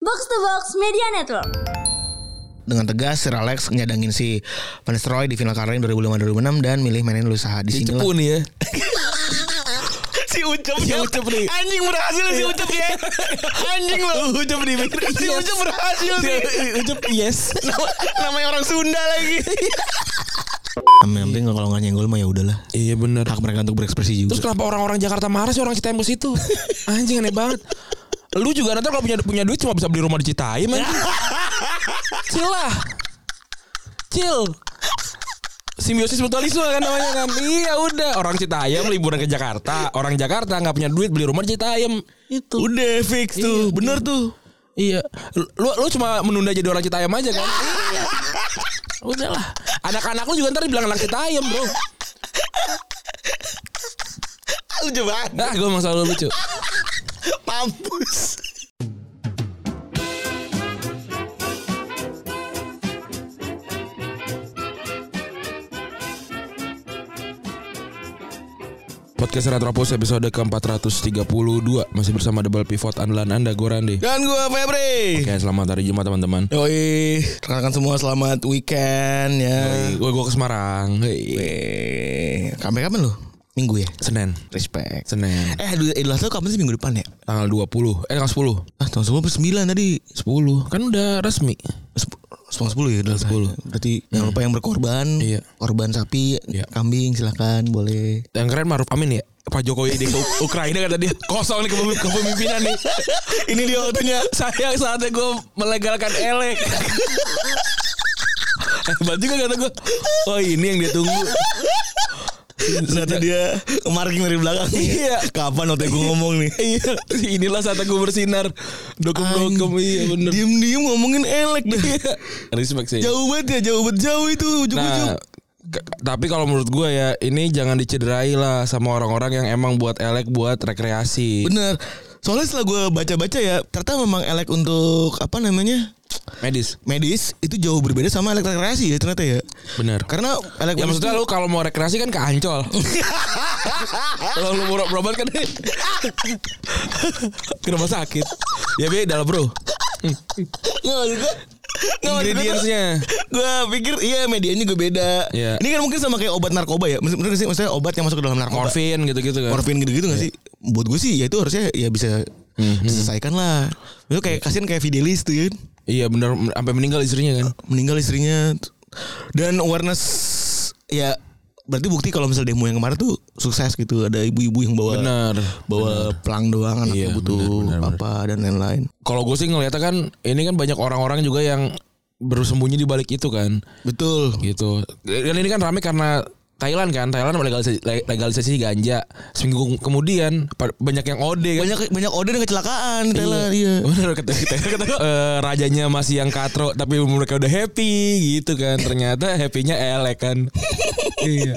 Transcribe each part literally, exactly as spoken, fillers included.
Box to Box Media Network. Dengan tegas Sir Alex nyadangin si Van Nistelrooy di final Karling dua ribu lima dua ribu enam dan milih mainin usaha di sini lah. Nih ya. Si Ucup Si Ucup nih. Anjing berhasil si Ucup ya. Anjing lo. Ucup nih. Si Ucup berhasil nih. Ucup yes. Nama, namanya orang Sunda lagi. Yang penting kalau nggak nyenggol mah ya udahlah. Iya benar. Hak mereka untuk berekspresi juga. Terus kenapa orang-orang Jakarta marah sih orang Citayam ke situ? Anjing aneh banget. Lu juga nanti kalau punya punya duit cuma bisa beli rumah di Citayam anjing. Chill lah. Chill. Simbiosis mutualisme kan namanya kan. Iya udah. Orang Citayam liburan ke Jakarta. Orang Jakarta gak punya duit beli rumah di Citayam. Itu. Udah fix tuh. Iya, bener iya. tuh. Iya. Lu lu cuma menunda jadi orang Citayam aja kan. Iya. Udahlah. Anak-anak lu juga ntar dibilang anak Citayam bro. Lucu banget. Nah gue emang selalu lucu. Mampus. Podcast Retropus episode ke empat ratus tiga puluh dua. Masih bersama double pivot andalan Anda, gue Randy. Dan gue Febri. Oke, selamat hari Jumat teman-teman. Yoi, rekan semua selamat weekend ya. Gue gue ke Semarang. Wih, kapan kapan lu? Minggu ya? Senin. Respect. Senin. Eh, Idul Adha kapan sih minggu depan ya? Tanggal dua puluh. Eh, tanggal sepuluh. Ah, tanggal sepuluh atau sembilan tadi? sepuluh. Kan udah resmi. Sepuluh sepuluh ya, udah sepuluh. Berarti hmm. jangan lupa yang berkorban, iya. Korban sapi, iya. Kambing silakan boleh. Yang keren Maruf Amin ya. Pak Jokowi di Ukraina kata dia kosong nih kepemimpinan nih. Ini dia waktunya sayang saatnya gue melegalkan elek. Hebat juga kata gue. Oh ini yang dia tunggu. Ternyata dia marking dari belakang. Iya. Kapan waktu gue ngomong nih? Iya. Inilah saatnya gue bersinar. Dokem-dokem. Iya bener. Diem-diem ngomongin elek dah. Iya. Respect sih. Jauh banget ya. Jauh banget jauh itu ujung-ujung. Nah, k- tapi kalau menurut gue ya ini jangan dicederai lah sama orang-orang yang emang buat elek buat rekreasi. Bener. Soalnya setelah gue baca-baca ya ternyata memang elek untuk apa namanya medis medis itu jauh berbeda sama elek rekreasi ya ternyata ya. Bener. Karena elek ya maksudnya lu kalau mau rekreasi kan ke Ancol. Kalau lu mau berobat kan ke rumah sakit. Ya beda lah bro. Nggak juga. Ingredientsnya gue pikir iya medianya juga beda. Yeah. Ini kan mungkin sama kayak obat narkoba ya. Maksudnya sih maksudnya obat yang masuk ke dalam narkoba. Morfin gitu-gitu kan. Morfin gitu-gitu nggak yeah. sih? Buat gue sih ya itu harusnya ya bisa mm-hmm. diselesaikan lah. Itu kayak kasihan kayak Fidelis tuh kan. Iya benar sampai meninggal istrinya kan. Meninggal istrinya. Dan awareness ya berarti bukti kalau misal demo yang kemarin tuh sukses gitu. Ada ibu-ibu yang bawa bener, bawa bener. Pelang doang anaknya iya, butuh bener, bener, apa bener. Dan lain-lain. Kalau gue sih ngeliatnya kan ini kan banyak orang-orang juga yang bersembunyi di balik itu kan. Betul. Gitu. Dan ini kan rame karena Thailand kan. Thailand legalisasi, legalisasi ganja. Seminggu kemudian banyak yang ode kan. Banyak banyak ode dan kecelakaan di Thailand. Iya. Benar kata kita kata uh, rajanya masih yang katro tapi mereka udah happy gitu kan. Ternyata happy-nya elek kan. Iya.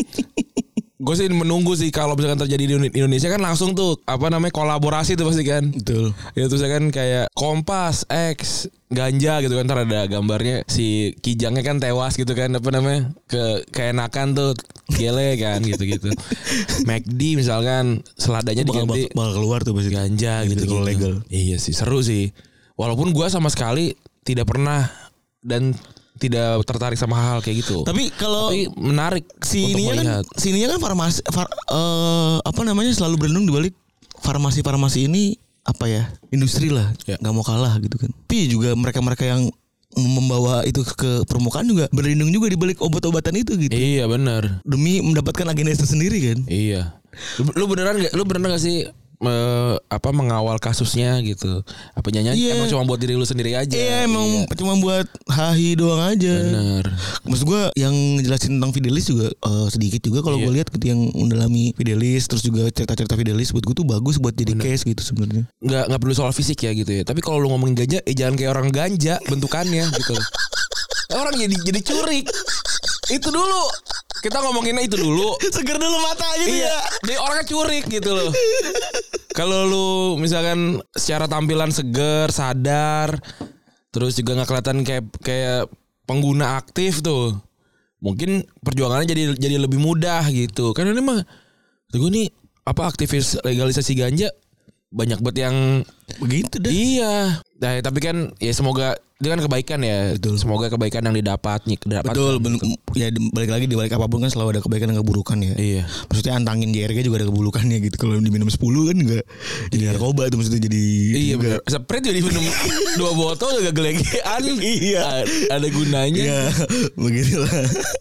Gue sih menunggu sih kalau misalkan terjadi di Indonesia kan langsung tuh apa namanya kolaborasi tuh pasti kan. Betul. Ya terus kan kayak Kompas X ganja gitu kan, ntar ada gambarnya si Kijangnya kan tewas gitu kan apa namanya ke keenakan tuh gele kan gitu-gitu. McD misalkan seladanya diganti bakal, bakal keluar tuh pasti ganja gitu kalau legal. Iya sih seru sih. Walaupun gue sama sekali tidak pernah dan tidak tertarik sama hal kayak gitu. Tapi kalau Tapi menarik sininya kan sininya kan farmasi far, uh, apa namanya selalu berlindung di balik farmasi-farmasi ini apa ya? Industri lah. Ya. Gak mau kalah gitu kan. Tapi juga mereka-mereka yang membawa itu ke permukaan juga berlindung juga di balik obat-obatan itu gitu. Iya benar. Demi mendapatkan agenda itu sendiri kan. Iya. Lu, lu beneran gak? Lu beneran gak sih Me, apa mengawal kasusnya gitu? Apa nyanyi yeah. emang cuma buat diri lu sendiri aja? Iya yeah, emang iya. cuma buat hahi doang aja. Bener. Maksud gue yang jelasin tentang Fidelis juga uh, sedikit juga kalau yeah. gue lihat gitu yang mendalami Fidelis terus juga cerita-cerita Fidelis buat gue tuh bagus buat jadi Bener. Case gitu sebenarnya. Nggak nggak perlu soal fisik ya gitu ya. Tapi kalau lu ngomongin ganja, eh jangan kayak orang ganja bentukannya gitu. Orang jadi jadi curik. Itu dulu. Kita ngomonginnya itu dulu. Seger dulu mata gitu iya. ya. Dia orangnya curik gitu loh. Kalau lu misalkan secara tampilan seger, sadar, terus juga nggak kelihatan kayak kayak pengguna aktif tuh, mungkin perjuangannya jadi jadi lebih mudah gitu. Kan ini mah, gue nih apa aktivis legalisasi ganja banyak banget yang begitu deh. Iya. Nah, tapi kan ya semoga itu kan kebaikan ya. Betul. Semoga kebaikan yang didapat nih didapat. Betul. Ben, ya balik lagi di balik apapun kan selalu ada kebaikan dan keburukan ya. Iya. Maksudnya antangin J R G juga ada keburukannya gitu. Kalau diminum sepuluh kan enggak jadi iya. narkoba itu maksudnya jadi. Iya benar. Sprite jadi minum dua botol juga gelegean. Iya. Ada gunanya. Iya. Begitulah.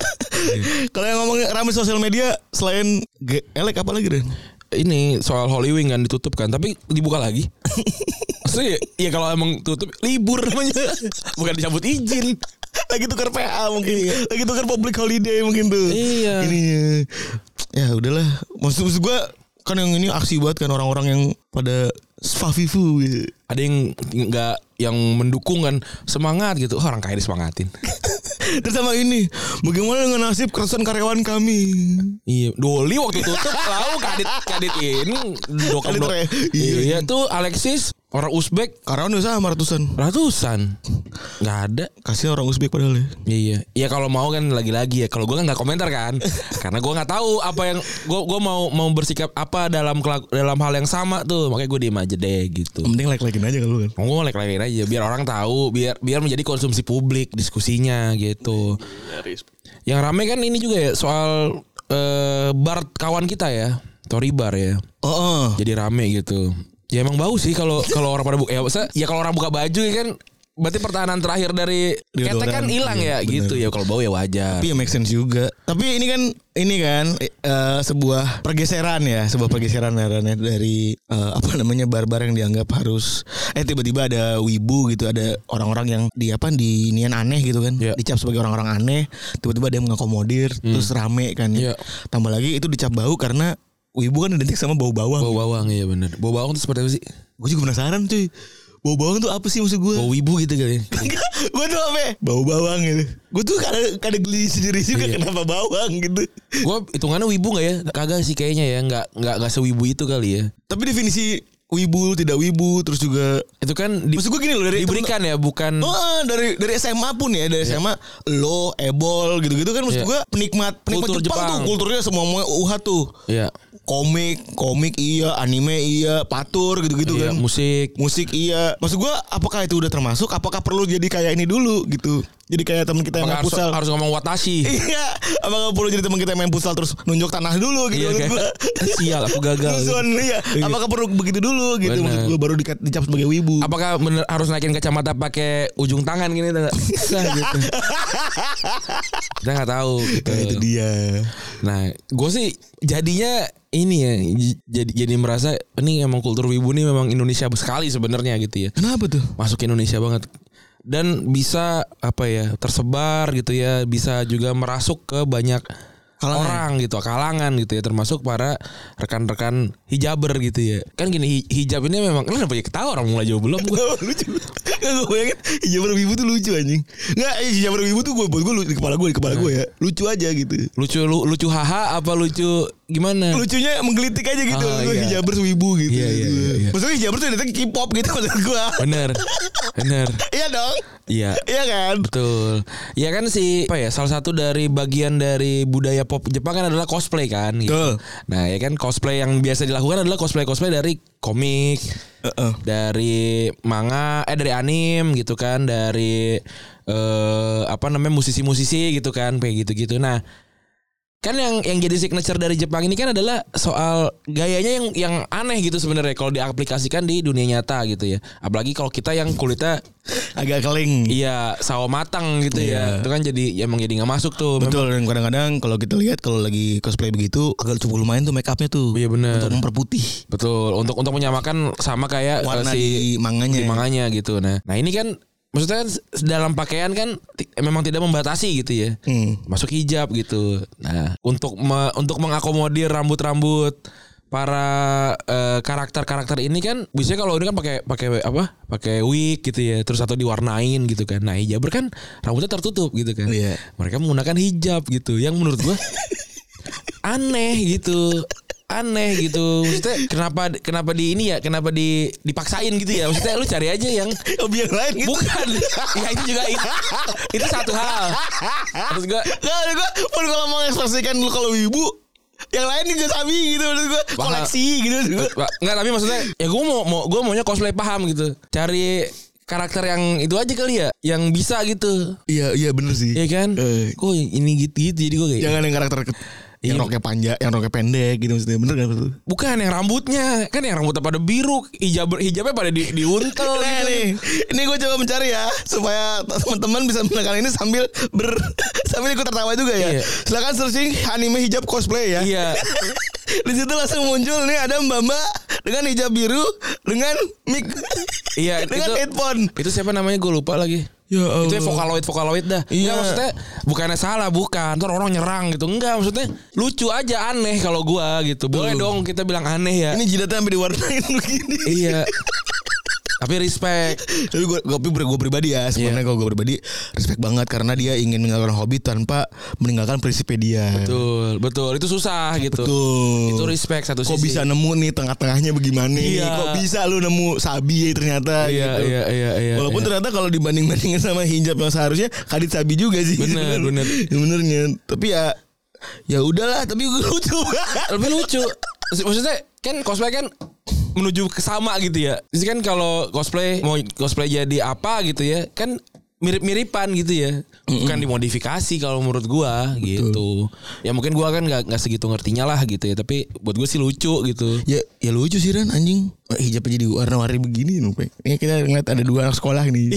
Kalau yang ngomong rame sosial media selain G- elek apa lagi deh? Ini soal Holy Wing kan ditutup kan, tapi dibuka lagi. Maksudnya ya kalau emang tutup libur namanya, bukan dicabut izin. Lagi tukar P A mungkin, iya. Lagi tukar public holiday mungkin tuh. Iya. Ininya. Ya udahlah. Maksud, maksud gue kan yang ini aksi banget kan orang-orang yang pada sfafifu gitu. Ada yang nggak yang mendukung kan semangat gitu. Oh, orang kaya disemangatin. Terus sama ini, bagaimana dengan nasib keresahan karyawan kami? Iya, Doli waktu tutup lalu kadit kadit ini dokam dok. Iya, iya tuh Alexis orang Uzbek karyawan udah sama ratusan. Ratusan. Nggak ada. Kasihan orang Uzbek padahal ya. Iya, iya kalau mau kan lagi-lagi ya. Kalau gue kan nggak komentar kan, karena gue nggak tahu apa yang gue gue mau mau bersikap apa dalam dalam hal yang sama tuh. Makanya gue diem aja deh gitu. Mending like-likein aja kalau kan. Gue like-likein aja biar orang tahu, biar biar menjadi konsumsi publik diskusinya gitu. Yang rame kan ini juga ya soal uh, bar kawan kita ya, Tory Bar ya. Oh, oh. Jadi rame gitu. Ya emang bau sih kalau kalau orang pada buka ya, maksudnya, ya kalau orang buka baju ya kan berarti pertahanan terakhir dari ketek kan hilang ya, ya gitu ya. Kalau bau ya wajar. Tapi ya make sense juga. Tapi ini kan ini kan uh, sebuah pergeseran ya, sebuah pergeseran dari uh, apa namanya bar-bar yang dianggap harus eh tiba-tiba ada wibu gitu, ada orang-orang yang di apa di nian aneh gitu kan, yeah. Dicap sebagai orang-orang aneh, tiba-tiba ada yang mengakomodir, hmm. terus rame kan. Yeah. Tambah lagi itu dicap bau karena wibu kan identik sama bau bawang. Bau bawang iya benar. Bau bawang itu seperti apa sih? Gue juga penasaran cuy. Bau bawang tuh apa sih maksud gue? Bau wibu gitu kali. Gue tuh apa? Bau bawang gitu. Gue tuh kadang kadang geli sendiri juga iya. Kenapa bawang gitu. Gue hitungannya wibu nggak ya? Kagak sih kayaknya ya. Nggak nggak nggak sewibu itu kali ya. Tapi definisi wibu tidak wibu terus juga itu kan di, maksud gue gini loh dari diberikan ya bukan oh, dari dari S M A pun ya dari yeah. S M A lo ebol gitu-gitu kan maksud yeah. gue penikmat penikmat Kultur Jepang, Jepang tuh kulturnya semua semua U H tuh yeah. komik komik iya anime iya patur gitu-gitu yeah, kan musik musik iya maksud gue apakah itu udah termasuk apakah perlu jadi kayak ini dulu gitu jadi kayak teman kita yang main futsal harus ngomong watashi iya apakah perlu jadi teman kita yang main futsal terus nunjuk tanah dulu gitu iya, kayak, sial aku gagal gitu. Iya. Apakah perlu begitu dulu gitu maksud gue baru di, dicap sebagai wibu apakah bener harus naikin kacamata pakai ujung tangan gini enggak bisa gitu kita nggak tahu gitu. Nah, itu dia nah gue sih jadinya ini ya jadi jadi merasa ini emang kultur wibu nih memang Indonesia sekali sebenarnya gitu ya. Kenapa tuh masuk Indonesia banget dan bisa apa ya tersebar gitu ya bisa juga merasuk ke banyak kalangan. Orang gitu kalangan gitu ya termasuk para rekan-rekan hijaber gitu ya kan gini hijab ini memang kan kenapa ya ketawa orang mulai jauh belum gue lucu gue bayangin hijaber wibu tuh lucu anjing nggak hijaber wibu tuh gue buat gue di kepala gue di kepala gue ya lucu aja gitu lucu lu, lucu haha apa lucu gimana lucunya menggelitik aja gitu oh, iya. Hijaber wibu gitu iya, iya, iya, iya. maksudnya hijaber tuh datang K-pop gitu maksud gue bener bener iya dong iya iya kan betul ya kan sih apa ya salah satu dari bagian dari budaya pop Jepang kan adalah cosplay kan gitu. Betul. Nah ya kan cosplay yang biasa dilakukan adalah cosplay cosplay dari komik uh-uh. dari manga eh dari anime gitu kan dari uh, apa namanya musisi-musisi gitu kan kayak gitu-gitu nah kan yang yang jadi signature dari Jepang ini kan adalah soal gayanya yang yang aneh gitu sebenarnya kalau diaplikasikan di dunia nyata gitu ya apalagi kalau kita yang kulitnya agak keling iya sawo matang gitu yeah. ya itu kan jadi ya, emang jadi nggak masuk tuh betul dan kadang-kadang kalau kita lihat kalau lagi cosplay begitu agak cukup lumayan tuh make upnya tuh iya benar untuk memperputih betul untuk untuk menyamakan sama kayak warna uh, si di manganya di manganya gitu nah nah ini kan maksudnya kan dalam pakaian kan t- memang tidak membatasi gitu ya hmm. masuk hijab gitu nah untuk me, untuk mengakomodir rambut-rambut para uh, karakter-karakter ini kan biasanya kalau ini kan pakai pakai apa pakai wig gitu ya terus atau diwarnain gitu kan nah hijaber kan rambutnya tertutup gitu kan yeah. mereka menggunakan hijab gitu yang menurut gua aneh gitu aneh gitu maksudnya kenapa kenapa di ini ya kenapa di dipaksain gitu ya maksudnya lu cari aja yang hobi yang lain gitu. Bukan ya itu juga itu, itu satu hal terus gua nggak gua pun kalau mau ekspresikan lu kalau wibu Yang lain juga sabi gitu menurut gue. Koleksi gitu. Enggak, tapi maksudnya ya gue mau mau gue maunya cosplay paham gitu. Cari karakter yang itu aja kali ya, yang bisa gitu. Iya iya bener sih. Iya kan? Eh. Kok ini gitu-gitu jadi gue kayak. Jangan yang karakter ke- yang Iya. roknya panjang, yang roknya pendek gitu maksudnya. Bener kan maksud lu? Bukan yang rambutnya, kan yang rambutnya pada biru, hijab hijabnya pada di diuntel. Nah, gitu. nih, ini gue coba mencari ya supaya teman-teman bisa menekan ini sambil ber sambil ikut tertawa juga ya. Iya. Silakan searching anime hijab cosplay ya. Iya. Di situ langsung muncul nih ada mbak-mbak dengan hijab biru dengan mic. Iya, dengan itu- headphone. Itu siapa namanya gue lupa lagi. Ya Itu Allah. Vocaloid Vocaloid dah. Iya. Enggak, maksudnya bukannya salah, bukan. Ntar orang nyerang gitu. Enggak, maksudnya lucu aja, aneh kalau gua gitu. Boleh Tuh. dong kita bilang aneh ya. Ini jidatnya sampai diwarnain begini. Iya. Tapi respect. Tapi gue gue gue pribadi ya sebenarnya Iya. kalau gue pribadi respect banget karena dia ingin menjalankan hobi tanpa meninggalkan prinsipnya dia. Betul, betul. Itu susah gitu. Betul. Itu respect satu Kok sisi. bisa nemu nih tengah-tengahnya bagaimana? Iya. Kok bisa lu nemu sabi ternyata Iya, gitu. iya, iya, iya. Walaupun iya. ternyata kalau dibanding-bandingin sama hijab yang seharusnya kadit sabi juga sih. Bener, bener. Ya, benernya. Tapi ya ya udahlah, tapi gue lucu banget. Lebih lucu. Maksudnya kan cosplay kan menuju ke sama gitu ya. Jadi kan kalau cosplay mau cosplay jadi apa gitu ya, kan mirip-miripan gitu ya. Bukan dimodifikasi kalau menurut gua gitu. Ya mungkin gua kan nggak nggak segitu ngertinya lah gitu ya, tapi buat gue sih lucu gitu. Ya ya lucu sih Ran anjing. Hijabnya jadi warna-warni begini Nupe. Ini kita ngeliat ada dua anak sekolah nih.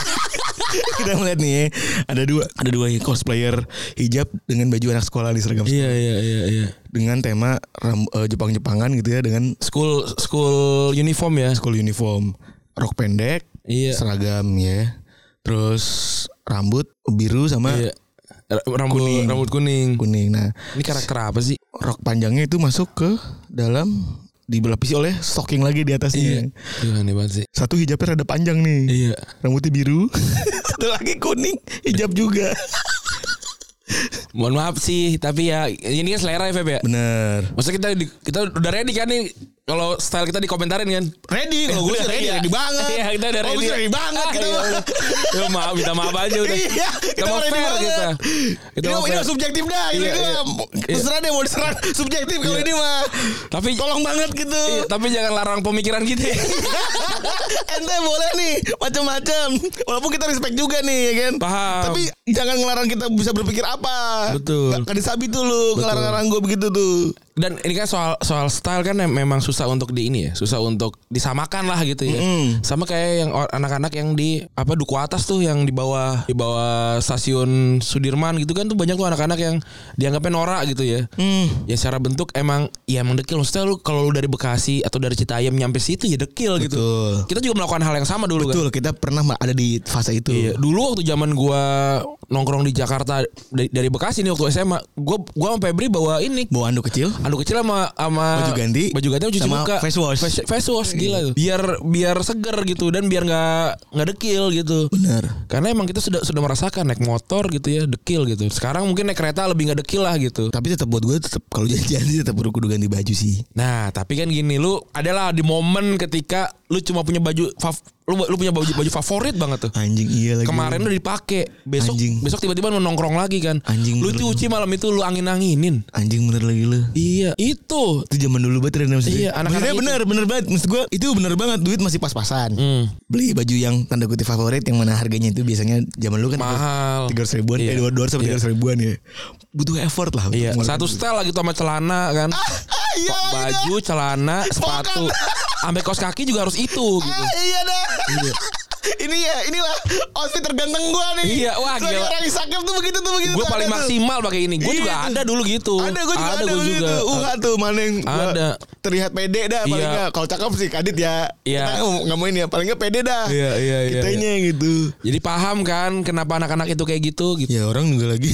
Kita melihat nih ya, ada dua ada dua cosplayer hijab dengan baju anak sekolah di seragam sekolah. Iya iya iya iya. Dengan tema ram- eh, Jepang-Jepangan gitu ya, dengan School school uniform ya. school uniform, rok pendek, Iya. seragam ya. Terus rambut biru sama Iya. Rambut Kuning. rambut kuning. kuning. Nah, Ini karakter apa sih? rok panjangnya itu masuk ke dalam dilapisi oleh stocking lagi di atasnya. Itu aneh banget sih. Satu hijabnya rada panjang nih. Iya. Rambutnya biru. Satu lagi kuning, hijab juga. Mohon maaf sih, tapi ya ini kan selera ya Feb ya. Bener. Maksudnya kita di, kita udah ready kan nih kalau style kita dikomentarin kan. Ready, kalau gue sih ready, ready banget. Iya, kita udah Oh, ready. gue ready banget Ah, kita. iya, udah. Ya, maaf, minta maaf aja udah. Iya, kita mau ready fair banget. kita. Kita Ini, mau ini fair. mah subjektif dah. Ini Iya, mah iya. terserah deh mau diserang subjektif kalau Iya. ini mah. Tapi Tolong banget gitu. iya, tapi jangan larang pemikiran kita. Ente boleh nih macam-macam. Walaupun kita respect juga nih ya kan. Paham. Tapi jangan ngelarang kita bisa berpikir apa. Betul. Gak disabi tuh lu Betul. ngelarang-larang gue begitu tuh. Dan ini kan soal soal style kan memang susah untuk di ini ya, susah untuk disamakan lah gitu ya. Mm. Sama kayak yang or- anak-anak yang di apa Duku Atas tuh yang di bawah di bawah stasiun Sudirman gitu kan tuh banyak tuh anak-anak yang dianggapnya norak gitu ya. Hmm. Ya secara bentuk emang ya emang dekil. Maksudnya lu kalau lu dari Bekasi atau dari Citayam nyampe situ ya dekil gitu. Betul. Kita juga melakukan hal yang sama dulu kan. Betul, kita pernah ada di fase itu. Iya, dulu waktu zaman gua nongkrong di Jakarta dari, dari Bekasi nih waktu S M A, gua gua sama Febri bawa ini Bawa anduk kecil. anduk kecil sama sama Baju ganti. baju ganti sama cuci Sama muka, face wash. face, face wash gila tuh. Biar biar seger gitu dan biar nggak nggak dekil gitu. Benar. Karena emang kita sudah sudah merasakan naik motor gitu ya dekil gitu. Sekarang mungkin naik kereta lebih nggak dekil lah gitu. Tapi tetap buat gue tetap kalau janjian sih tetap kudu ganti baju sih. Nah, tapi kan gini, lu adalah di momen ketika lu cuma punya baju fav- lu lu punya baju baju favorit banget tuh. Anjing iya lagi. Kemarin udah dipakai, besok Anjing. besok tiba-tiba mau nongkrong lagi kan. Anjing Lu bener cuci malam itu lu angin-anginin. Anjing bener lagi lu. Iya, itu. Itu zaman dulu banget Ren, maksudnya. Iya, anak-anak Maksudnya itu. bener bener banget. Maksud gue itu bener banget, duit masih pas-pasan. Hmm. Beli baju yang tanda kutip favorit yang mana harganya itu biasanya zaman dulu kan Mahal. tiga ratus ribuan, Iya. eh dua ratus sampai Iya. tiga ratus ribuan ya. Butuh effort lah. untuk Iya, mengeluarkan satu duit. setel lagi tuh sama celana kan. Iya, Ba- baju, celana, sepatu, sampai kaos kaki juga harus itu gitu. Ah, iya dah. Ini ya, inilah outfit terganteng gua nih. Iya, wah, Sebagai gila. orang yang sakit tuh begitu tuh begitu. Gue tuh, paling ada tuh. maksimal pakai ini. Gue juga Iya. ada dulu gitu. Ada gue juga ada, gua begitu. Uh tuh mana yang gua Ada. terlihat pede dah paling Iya. enggak. Kalau cakep sih Kadit ya. Iya. Kita nggak mau ini ya, paling enggak pede dah. Iya, iya, iya, Kitanya gitu. Jadi paham kan kenapa anak-anak itu kayak gitu gitu. Ya orang juga lagi.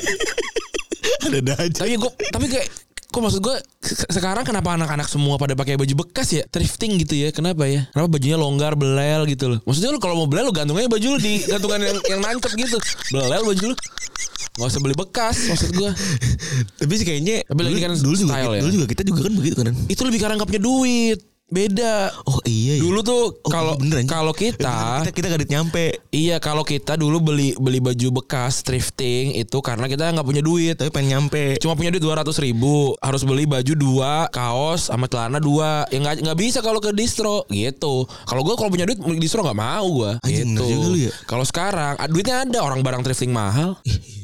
Ada dah aja. Tapi gue tapi kayak kok maksud gue se- sekarang kenapa anak-anak semua pada pakai baju bekas ya, thrifting gitu ya, kenapa ya, kenapa bajunya longgar belel gitu loh. Maksudnya lu kalau mau belel lu gantung aja baju lu di gantungan yang yang nancep gitu, belel baju lu nggak usah beli bekas maksud gue. Tapi sih kayaknya Tapi dulu, lagi kan dulu juga style kita, ya. dulu juga kita juga kan begitu kan. Itu lebih karena nggak punya duit. Beda. Oh iya. iya. Dulu tuh kalau oh, kalau kita, kita kita gak nyampe. Iya, kalau kita dulu beli beli baju bekas thrifting itu karena kita nggak punya duit. Tapi pengen nyampe. Cuma punya duit dua ratus ribu, harus beli baju dua, kaos sama celana dua. Ya nggak nggak bisa kalau ke distro gitu. Kalau gue kalau punya duit di distro nggak mau gue. Gitu. Ya? Kalau sekarang duitnya ada, orang barang thrifting mahal.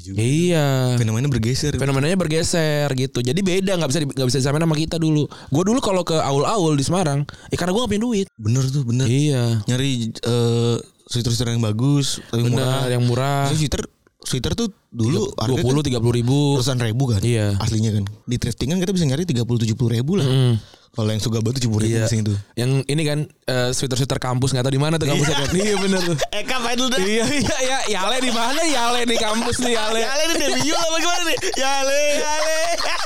Iya. Fenomenanya bergeser. Fenomenanya bergeser gitu. Jadi beda, nggak bisa nggak bisa disamain sama kita dulu. Gue dulu kalau ke aul-aul di Semarang, ya karena gue nggak punya duit. Bener tuh, bener. Iya. Nyari uh, sweater-sweater yang bagus, tapi bener, murah. yang murah. Sweater sweater tuh dulu dua puluh tiga puluh ribu, ratusan ribu kan. Iya. Aslinya kan. Di thrifting kan kita bisa nyari tiga puluh tujuh puluh ribu lah. Mm. Kalau yang Sugaba tujuh puluh ribu iya. itu. Yang ini kan uh, sweater-sweater kampus nggak tahu di mana tuh kampusnya kan. Iya bener tuh. Eka Faidul dah. Iya iya iya. Yale di mana? Yale di kampus nih Yale. Yale nih Debiul apa gimana nih? Yale Yale.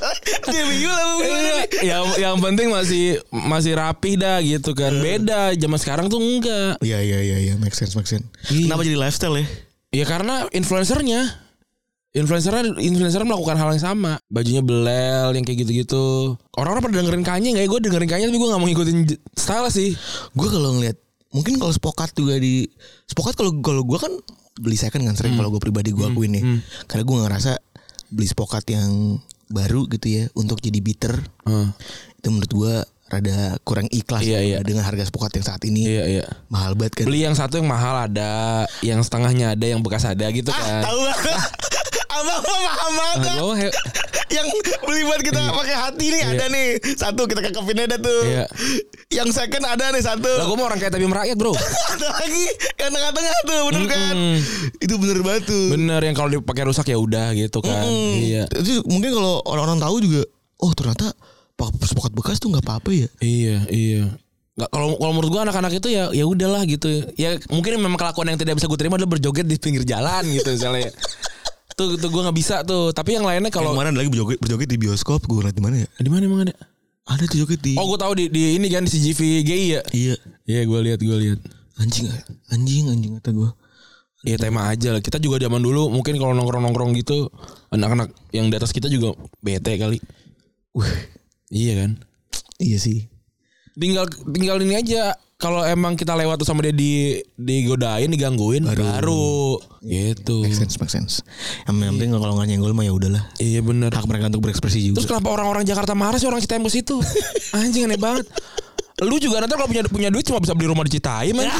Debiul apa gimana nih? Yang yang penting masih masih rapi dah gitu kan. Beda zaman sekarang tuh enggak. Iya iya iya iya, make sense make sense. Iya. Kenapa jadi lifestyle ya? Ya karena influencernya. Influencer influencer melakukan hal yang sama, bajunya belel yang kayak gitu-gitu. Orang-orang pada dengerin Kanye nggak ya? Gue dengerin Kanye tapi gue nggak mau ngikutin style sih. Gue kalau ngeliat, mungkin kalau Spokat juga di Spokat kalau kalau gue kan beli second kan sering hmm. kalau gue pribadi gue akuin nih, hmm. karena gue ngerasa beli Spokat yang baru gitu ya untuk jadi beater, hmm. itu menurut gue rada kurang ikhlas iya, iya. dengan harga Spokat yang saat ini. Iya, iya. Mahal banget kan. Beli yang satu yang mahal ada, yang setengahnya ada, yang bekas ada gitu kan. Ah, tahu gak? Abang paham banget. Oh, he- yang beli buat kita iya. pakai hati nih iya. ada nih satu, kita kekepin ada tuh. Iya. Yang second ada nih satu. Lah gue mau orang kayak tapi merakyat bro. Ada lagi yang tengah-tengah tuh, bener mm-mm. kan? Itu bener banget tuh. Bener, yang kalau dipakai rusak ya udah gitu kan. Mm-mm. Iya. Itu mungkin kalau orang-orang tahu juga, oh ternyata Spokat bekas tuh nggak apa-apa ya. Iya iya. Nggak, kalau kalau menurut gue anak-anak itu ya ya udahlah gitu. Ya mungkin memang kelakuan yang tidak bisa gue terima adalah berjoget di pinggir jalan gitu misalnya. Tuh, tuh gue nggak bisa tuh. Tapi yang lainnya kalau kemarin lagi berjoget berjoget di bioskop, gue liat di mana ya? Di mana emang ada? Ada tuh joget di. Oh gue tahu di di ini kan di C G V G I ya. Iya. Iya gue lihat gue lihat. Anjing anjing anjing kata gue. Iya tema aja lah. Kita juga zaman dulu mungkin kalau nongkrong-nongkrong gitu anak-anak yang di atas kita juga bete kali. Wah iya kan. Iya sih. Tinggal tinggal ini aja. Kalau emang kita lewat tuh sama dia di digodain, digangguin, baru, baru gitu. Make sense, make sense. Yang penting kalau nggak nyenggol mah ya udahlah. Iya benar. Hak mereka untuk berekspresi juga. Terus kenapa orang-orang Jakarta marah sih orang Citayam itu? Anjing aneh banget. Lu juga nanti kalau punya punya duit cuma bisa beli rumah di Citayam anjing.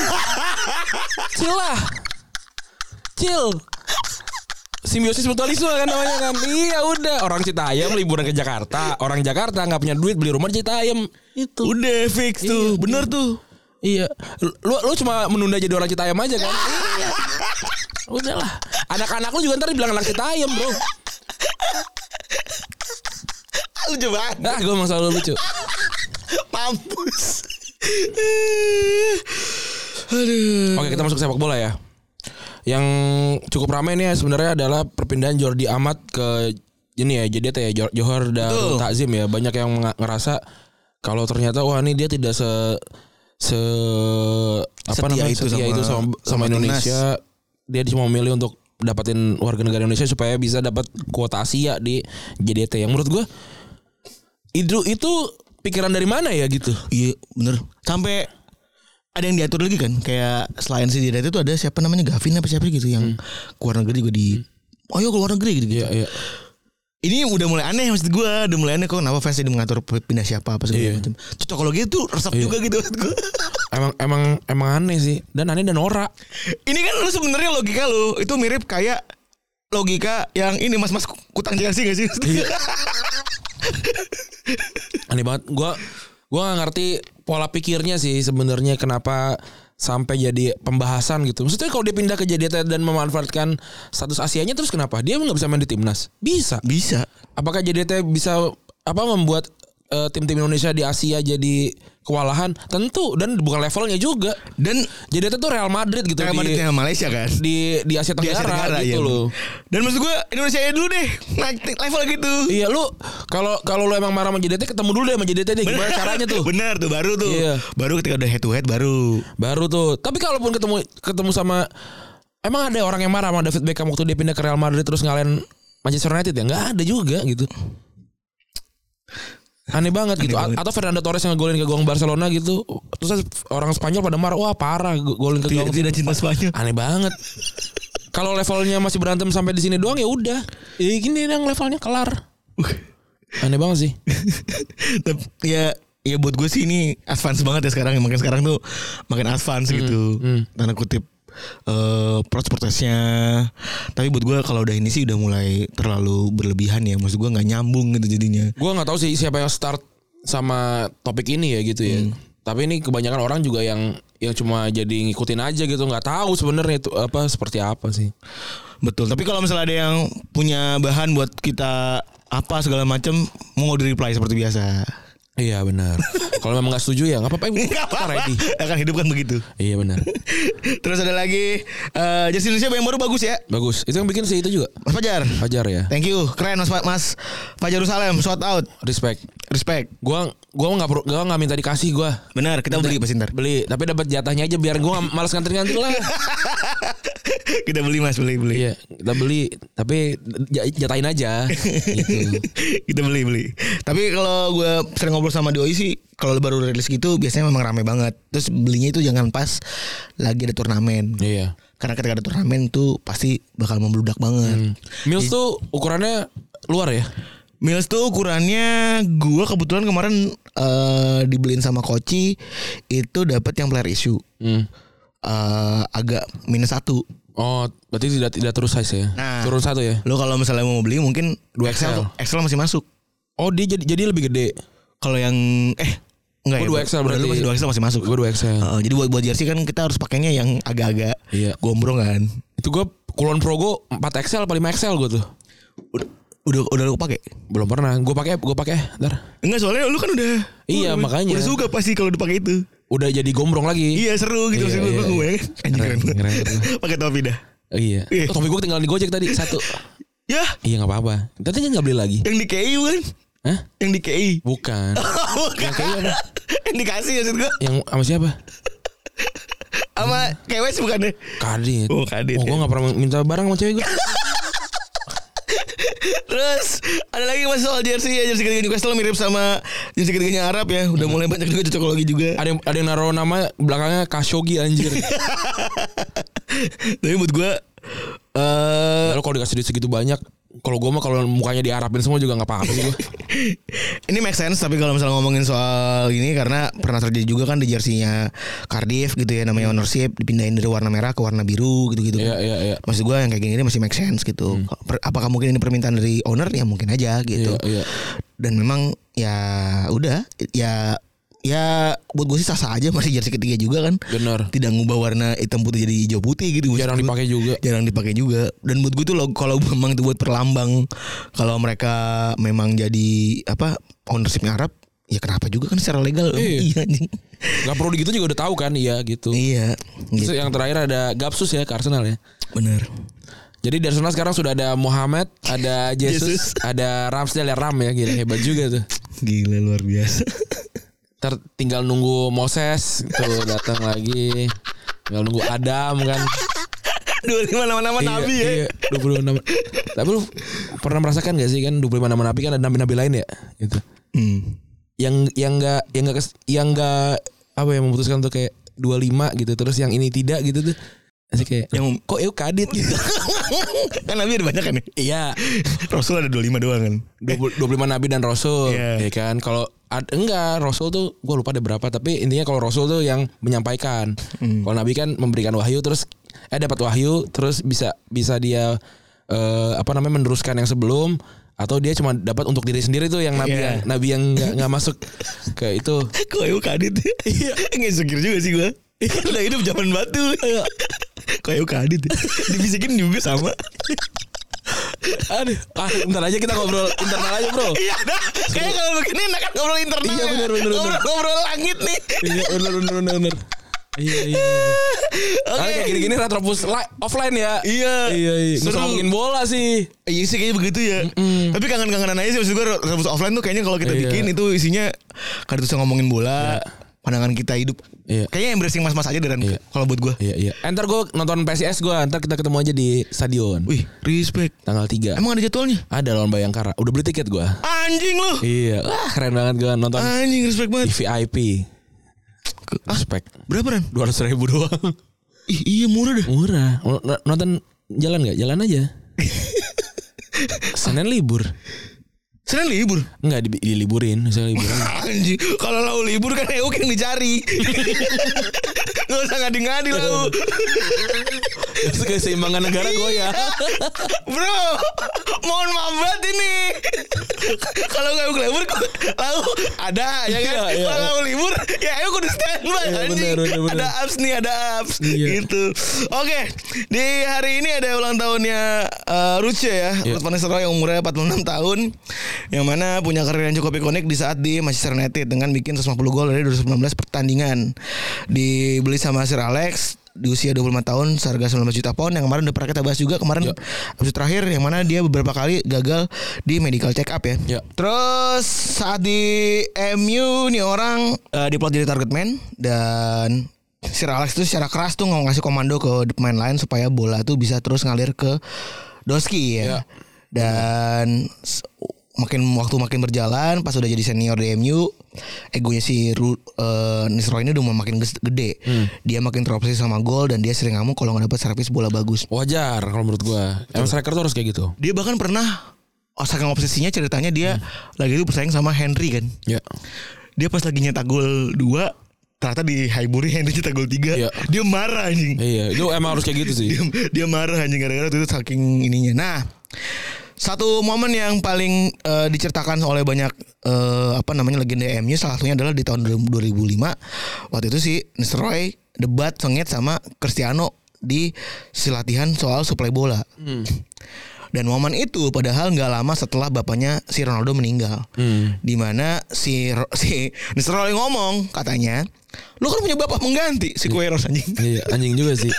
Chill lah. Chill. Simbiosis mutualisme kan namanya kan. Iya udah. Orang Citayam liburan ke Jakarta. Orang Jakarta nggak punya duit beli rumah di Citayam. Itu. Udah fix tuh. Iya, bener iya. tuh. Iya, lu lu cuma menunda jadi orang Citayam aja kan? Iya. Udahlah. Anak-anak lu juga ntar bilang anak Citayam, bro. Lucu banget. Nah, gue emang selalu lucu. Mampus. Aduh. Oke, kita masuk sepak bola ya. Yang cukup ramai nih sebenarnya adalah perpindahan Jordi Amat ke ini ya, J D T ya, Johor Darul Takzim ya. Banyak yang ngerasa kalau ternyata wah ini dia tidak se se apa setia namanya itu setia sama, itu sama, sama Indonesia. Dia cuma memilih untuk dapatin warga negara Indonesia supaya bisa dapat kuota Asia di J D T. Yang menurut gue itu itu pikiran dari mana ya gitu? Iya bener. Sampai ada yang diatur lagi kan, kayak selain si J D T itu ada siapa namanya Gavin apa siapa gitu yang hmm. keluar negeri juga di, hmm. oh iya keluar negeri gitu. Iya iya. Ini udah mulai aneh maksud gue, udah mulai aneh kok kenapa fans jadi mengatur pindah siapa apa segala iya. macam. Cocokologi itu resep iya. juga gitu maksud gue. Emang emang emang aneh sih, dan aneh dan norak. Ini kan lu sebenarnya logika lu itu mirip kayak logika yang ini mas-mas kutang Chelsea gak sih? Iya. Aneh banget. Gue gue nggak ngerti pola pikirnya sih sebenarnya kenapa sampai jadi pembahasan gitu. Maksudnya kalau dia pindah ke J D T dan memanfaatkan status Asianya terus kenapa? Dia nggak bisa main di timnas? Bisa. Bisa. Apakah J D T bisa apa membuat uh, tim-tim Indonesia di Asia jadi kewalahan? Tentu, dan bukan levelnya juga. Dan J D T tuh Real Madrid gitu. Real Madrid yang Malaysia kan. Di di Asia Tenggara, di Asia Tenggara gitu iya. loh. Dan maksud gue Indonesia ya dulu deh naik level gitu. Iya lu kalau kalau lu emang marah sama J D T ketemu dulu deh sama J D T deh. Gimana caranya tuh? Bener tuh baru tuh. Iya. Baru ketika udah head to head baru. Baru tuh. Tapi kalaupun ketemu ketemu sama emang ada orang yang marah sama David Beckham waktu dia pindah ke Real Madrid terus ngalahin Manchester United ya? Enggak ada juga gitu. Aneh banget Aneh gitu. banget. Atau Fernando Torres yang ngegolin ke gawang Barcelona gitu. Terus orang Spanyol pada marah, wah parah golin ke Tidak, gawang. tidak cinta Spanyol. Aneh banget. Kalau levelnya masih berantem sampai di sini doang ya udah. Ya gini yang levelnya kelar. Aneh banget sih. Tapi ya ya buat gue sih ini advance banget ya sekarang. Makin sekarang tuh makin advance Hmm, gitu. hmm. Tanda kutip eh proses-prosesnya. Tapi buat gue kalau udah ini sih udah mulai terlalu berlebihan ya. Maksud gue nggak nyambung gitu jadinya. Gue nggak tahu sih siapa yang start sama topik ini ya gitu ya. Hmm. Tapi ini kebanyakan orang juga yang yang cuma jadi ngikutin aja gitu, nggak tahu sebenarnya itu apa seperti apa sih. Betul. Tapi kalau misalnya ada yang punya bahan buat kita apa segala macam, mau di reply seperti biasa. Iya benar. Kalau memang nggak setuju ya nggak apa-apa. Nggak apa-apa. Akan hidup kan begitu. Iya benar. Terus ada lagi uh, jersey Indonesia yang baru bagus ya. Bagus. Itu yang bikin sih itu juga. Mas Fajar. Fajar ya. Thank you. Keren Mas Mas Fajar Yerusalem. Shout out. Respect. Respect. Gua gua nggak perlu gua nggak minta dikasih gua. Benar, kita beli pas ntar. Beli, tapi dapat jatahnya aja biar gua nggak malas ngantri-ngantri lah. Kita beli Mas, beli beli. Iya, kita beli, tapi jatahin aja gitu. Kita beli beli. Tapi kalau gue sering ngobrol sama Doi sih, kalau baru rilis gitu biasanya memang rame banget. Terus belinya itu jangan pas lagi ada turnamen. Iya. Karena ketika ada turnamen tuh pasti bakal membludak banget. Hmm. Mills tuh ukurannya luar ya? Mills tuh ukurannya gue kebetulan kemarin uh, dibeliin sama Koci itu dapat yang player issue. Hmm. Uh, agak minus satu. Oh, berarti tidak tidak terus size ya? Nah, turun satu ya? Lo kalau misalnya mau beli mungkin dua X L, X L. X L masih masuk. Oh, dia jadi jadi lebih gede. Kalau yang eh enggak oh, ya. dua X L berarti. Lu masih dua X L masih masuk. Gue dua X L. Uh, jadi buat buat jersey kan kita harus pakainya yang agak-agak Iya. gombrong kan. Itu gue Kulon Pro gue empat X L apa lima X L gue tuh. Udah udah udah lu pakai? Belum pernah. Gue pakai gue pakai ntar. Enggak, soalnya lu kan udah. Iya, lu, makanya. Udah suka pasti kalau dipakai itu. Udah jadi gombrong lagi. Iya, seru gitu Iya, maksud iya, gue gue. Anjing Keren, keren. keren, keren. Pakai topi dah. Iya. Iya. Oh, topi gue tinggal di Gojek tadi satu. Ya, Iya nggak apa-apa. Tadi nggak beli lagi. yang di K I kan? Hah? Yang di K I. Bukan. Bukan. Yang K I apa? Yang dikasih maksud gue. Yang sama siapa? Sama K W S bukan deh. Kadit. Oh, Kadit, Oh, ya. gue nggak pernah minta barang sama cewek gue. Terus ada lagi mas soal jersey ya, jersey ketiga Newcastle mirip sama jersey ketiganya Arab ya. Udah mulai banyak juga cocokologi juga. Ada yang ada yang naruh nama belakangnya Khashoggi anjir. Tapi buat gue eh Lalu kalau dikasih duit segitu banyak, kalau gue mah kalau mukanya diarabin semua juga nggak apa-apa sih gue. ini make sense. Tapi kalau misalnya ngomongin soal ini, karena pernah terjadi juga kan di jersey-nya Cardiff gitu ya, namanya ownership dipindahin dari warna merah ke warna biru gitu-gitu. Iya iya iya. Maksud gue yang kayak gini masih make sense gitu. Hmm. Apakah mungkin ini permintaan dari owner? Ya mungkin aja gitu. Iya, iya. Dan memang ya udah ya ya buat gue sih sah-sah aja, masih jersey ketiga juga kan. Benar. Tidak ngubah warna hitam putih jadi hijau putih gitu. Jarang Maksud dipakai gue, juga. Jarang dipakai juga. Dan buat gue tuh lo, kalau memang itu buat perlambang kalau mereka memang jadi apa ownershipnya Arab, ya kenapa juga kan secara legal. Iya. Iya. Gak perlu gitu juga udah tahu kan, iya gitu. Iya. Terus Gitu. yang terakhir ada Gapsus ya ke Arsenal ya. Bener. Jadi di Arsenal sekarang sudah ada Mohamed, ada Jesus, Jesus. ada Ramsdale ya, Ram ya, gila hebat juga tuh. Gila luar biasa. Ntar tinggal nunggu Moses tuh datang lagi, tinggal nunggu Adam kan. dua puluh lima nama-nama nabi ya. Iya, dua puluh lima nama. Tapi lu pernah merasakan gak sih kan dua puluh lima nama nabi kan ada nabi-nabi lain ya gitu. Hmm. Yang yang enggak yang enggak yang enggak apa yang memutuskan untuk kayak dua puluh lima gitu, terus yang ini tidak gitu tuh. Masih kayak Yang kok eu kadit gitu. Kan nabi ada banyak kan ya? Iya. Rasul ada dua puluh lima doang kan. dua puluh lima nabi dan rasul, Iya. ya kan. Kalau ad, enggak rasul tuh gue lupa ada berapa, tapi intinya kalau rasul tuh yang menyampaikan. Hmm. Kalau nabi kan memberikan wahyu terus eh dapat wahyu terus bisa bisa dia eh, apa namanya meneruskan yang sebelum, atau dia cuma dapat untuk diri sendiri tuh yang nabi Iya. yang nabi yang nggak nggak masuk ke itu. Kok eu kadit? Iya. Nggak sekir juga sih gue. Udah hidup zaman batu. Kok eu kadit? Dibisikin juga sama. Aduh, ah, ntar aja kita ngobrol internal aja bro. Iya dah. Kayaknya kalau begini enak kan ngobrol internal. Iya, ya. bener, bener, bener. Ngobrol, ngobrol langit nih. Iya benar benar benar benar. Iya iya. Oke. Karena kayak gini-gini Retropus li- offline ya. Iya. Iya iya. Nggak usah Seru. ngomongin bola sih. Iya sih kayaknya begitu ya. Mm-mm. Tapi kangen-kangenan aja sih, maksud gue rebus offline tuh kayaknya kalau kita Iya. bikin itu isinya karena ngomongin bola, Iya. pandangan kita hidup Iya. Kayaknya embracing mas-mas aja Deran Iya. kalau buat gue. Iya iya. Entar gue nonton P S I S gue, entar kita ketemu aja di stadion. Wih, respect. Tanggal tiga. Emang ada jadwalnya? Ada lawan Bayangkara. Udah beli tiket gue. Anjing lu. Iya. Wah, keren banget gue nonton. Anjing respect banget. Di V I P. Respect. Ah, berapa Ran? dua ratus ribu doang. Ih, iya murah dah. Murah. Nonton jalan enggak? Jalan aja. Senin libur. Senin libur? Enggak, di, diliburin. Misalnya liburan. Anjing, kalau lau libur kan Euk yang dicari. Gak usah ngadi-ngadi lau. Itu keseimbangan negara gue ya. Bro, mohon maaf banget ini. Kalau gak Euk libur, lau ada ya kan? Iya, iya, Kalau lau libur, ya Euk udah standby. Iya, Anjing, bener, bener, bener. ada apps nih, ada apps. Iya. Gitu. Oke, di hari ini ada ulang tahunnya uh, Ruce ya, Iya. Ruth Van Nistelrooy yang umurnya empat puluh enam tahun. Yang mana punya karir yang cukup ikonik di saat di Manchester United dengan bikin seratus lima puluh gol dari dua ribu sembilan belas pertandingan. Dibeli sama Sir Alex di usia dua puluh lima tahun seharga sembilan belas juta pound yang kemarin udah pernah kita bahas juga kemarin Ya. episode terakhir yang mana dia beberapa kali gagal di medical check up ya. Ya. Terus saat di M U nih orang uh, diplot jadi target man dan Sir Alex tuh secara keras tuh ngasih komando ke pemain lain supaya bola tuh bisa terus ngalir ke Doski ya. Ya. Dan makin waktu makin berjalan pas udah jadi senior di M U egonya si Ru, uh, Nistelrooy ini udah makin gede. Hmm. Dia makin terobsesi sama gol dan dia sering ngamuk kalau nggak dapat servis bola bagus. Wajar kalau menurut gue. Emang striker tuh harus kayak gitu. Dia bahkan pernah oh, saking obsesinya ceritanya dia hmm. lagi itu bersaing sama Henry kan. Ya. Dia pas lagi nyetak gol dua ternyata di Highbury Henry nyetak gol tiga. Ya. Dia marah anjing. Iya, itu emang harus kayak gitu sih. dia, dia marah anjing gara-gara itu saking ininya. Nah, satu momen yang paling uh, diceritakan oleh banyak uh, apa namanya legenda M U salah satunya adalah di tahun dua ribu lima waktu itu si Nistelrooy debat sengit sama Cristiano di si latihan soal suplai bola. Hmm. Dan momen itu padahal nggak lama setelah bapaknya si Ronaldo meninggal. Hmm. Di mana si si Nistelrooy ngomong katanya, "Lu kan punya bapak mengganti si Queiroz anjing." Iya, anjing juga sih.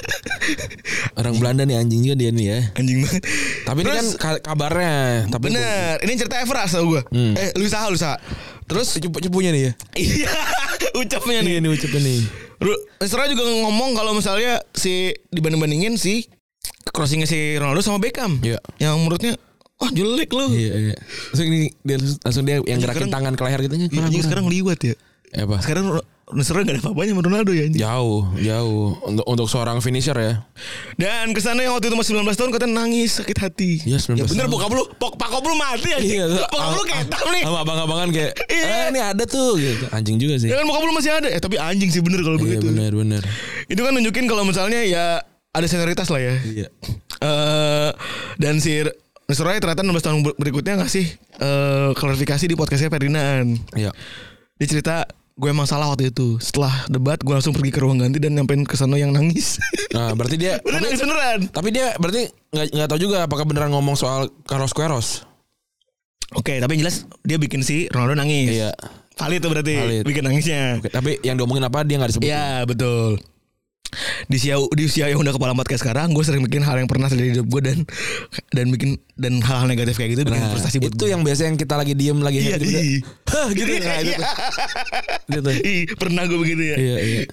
Orang Belanda nih anjing juga dia nih ya. Anjing banget. Tapi terus, ini kan kabarnya. Tapi bener. Ini cerita Evra tau gue. Hmm. Eh, lu usaha, lu usaha. Terus cepu-cepunya nih ya. Iya, ucapnya nih. Iya nih ucapnya nih. Nistelrooy juga ngomong kalau misalnya si dibanding-bandingin si crossingnya si Ronaldo sama Beckham. Iya. Yang menurutnya wah jelek lu. Iya, iya. Langsung ini dia langsung dia yang gerakin sekarang, tangan ke leher gitu nya. Iya, sekarang liwat ya. Apa? Sekarang Nistelrooy gak ada apa-apanya sama Ronaldo ya. Jauh, jauh untuk untuk seorang finisher ya. Dan kesana yang waktu itu masih sembilan belas tahun katanya nangis sakit hati. Iya, sembilan belas. Ya bener bokap lu, pakop lu mati aja. Iya, bokap lu ketam nih. Sama abang-abangan kayak, iya. "Eh, ini ada tuh." gitu. Anjing juga sih. Ya kan bokap lu masih ada. Eh, tapi anjing sih bener kalau iya, begitu. Bener, bener. Itu kan nunjukin kalau misalnya ya ada senioritas lah ya. Iya. Uh, dan si Nistelrooy ternyata enam belas tahun berikutnya ngasih uh, klarifikasi di podcastnya Ferdinand. Iya. Dia cerita, gue emang salah waktu itu. Setelah debat gue langsung pergi ke ruang ganti dan nyampein ke sana yang nangis. Nah, berarti dia bener tapi, nangis beneran. Tapi dia berarti nggak nggak tahu juga apakah beneran ngomong soal Carlos Queiroz. Oke, tapi yang jelas dia bikin si Ronaldo nangis. Iya. Valid tuh berarti. Valid. Bikin nangisnya. Oke, tapi yang diomongin apa dia nggak disebut. Iya, betul. Di usia di usia yang udah kepala empat kayak sekarang, gue sering bikin hal yang pernah terjadi di hidup gue dan dan bikin dan hal-hal negatif kayak gitu bikin nah, frustasi buat itu gue. yang biasa yang kita lagi diem lagi iya, gitu, iya. Hah, gitu nah, itu tuh. Gitu. Ih, pernah gue begitu ya. Iya, iya.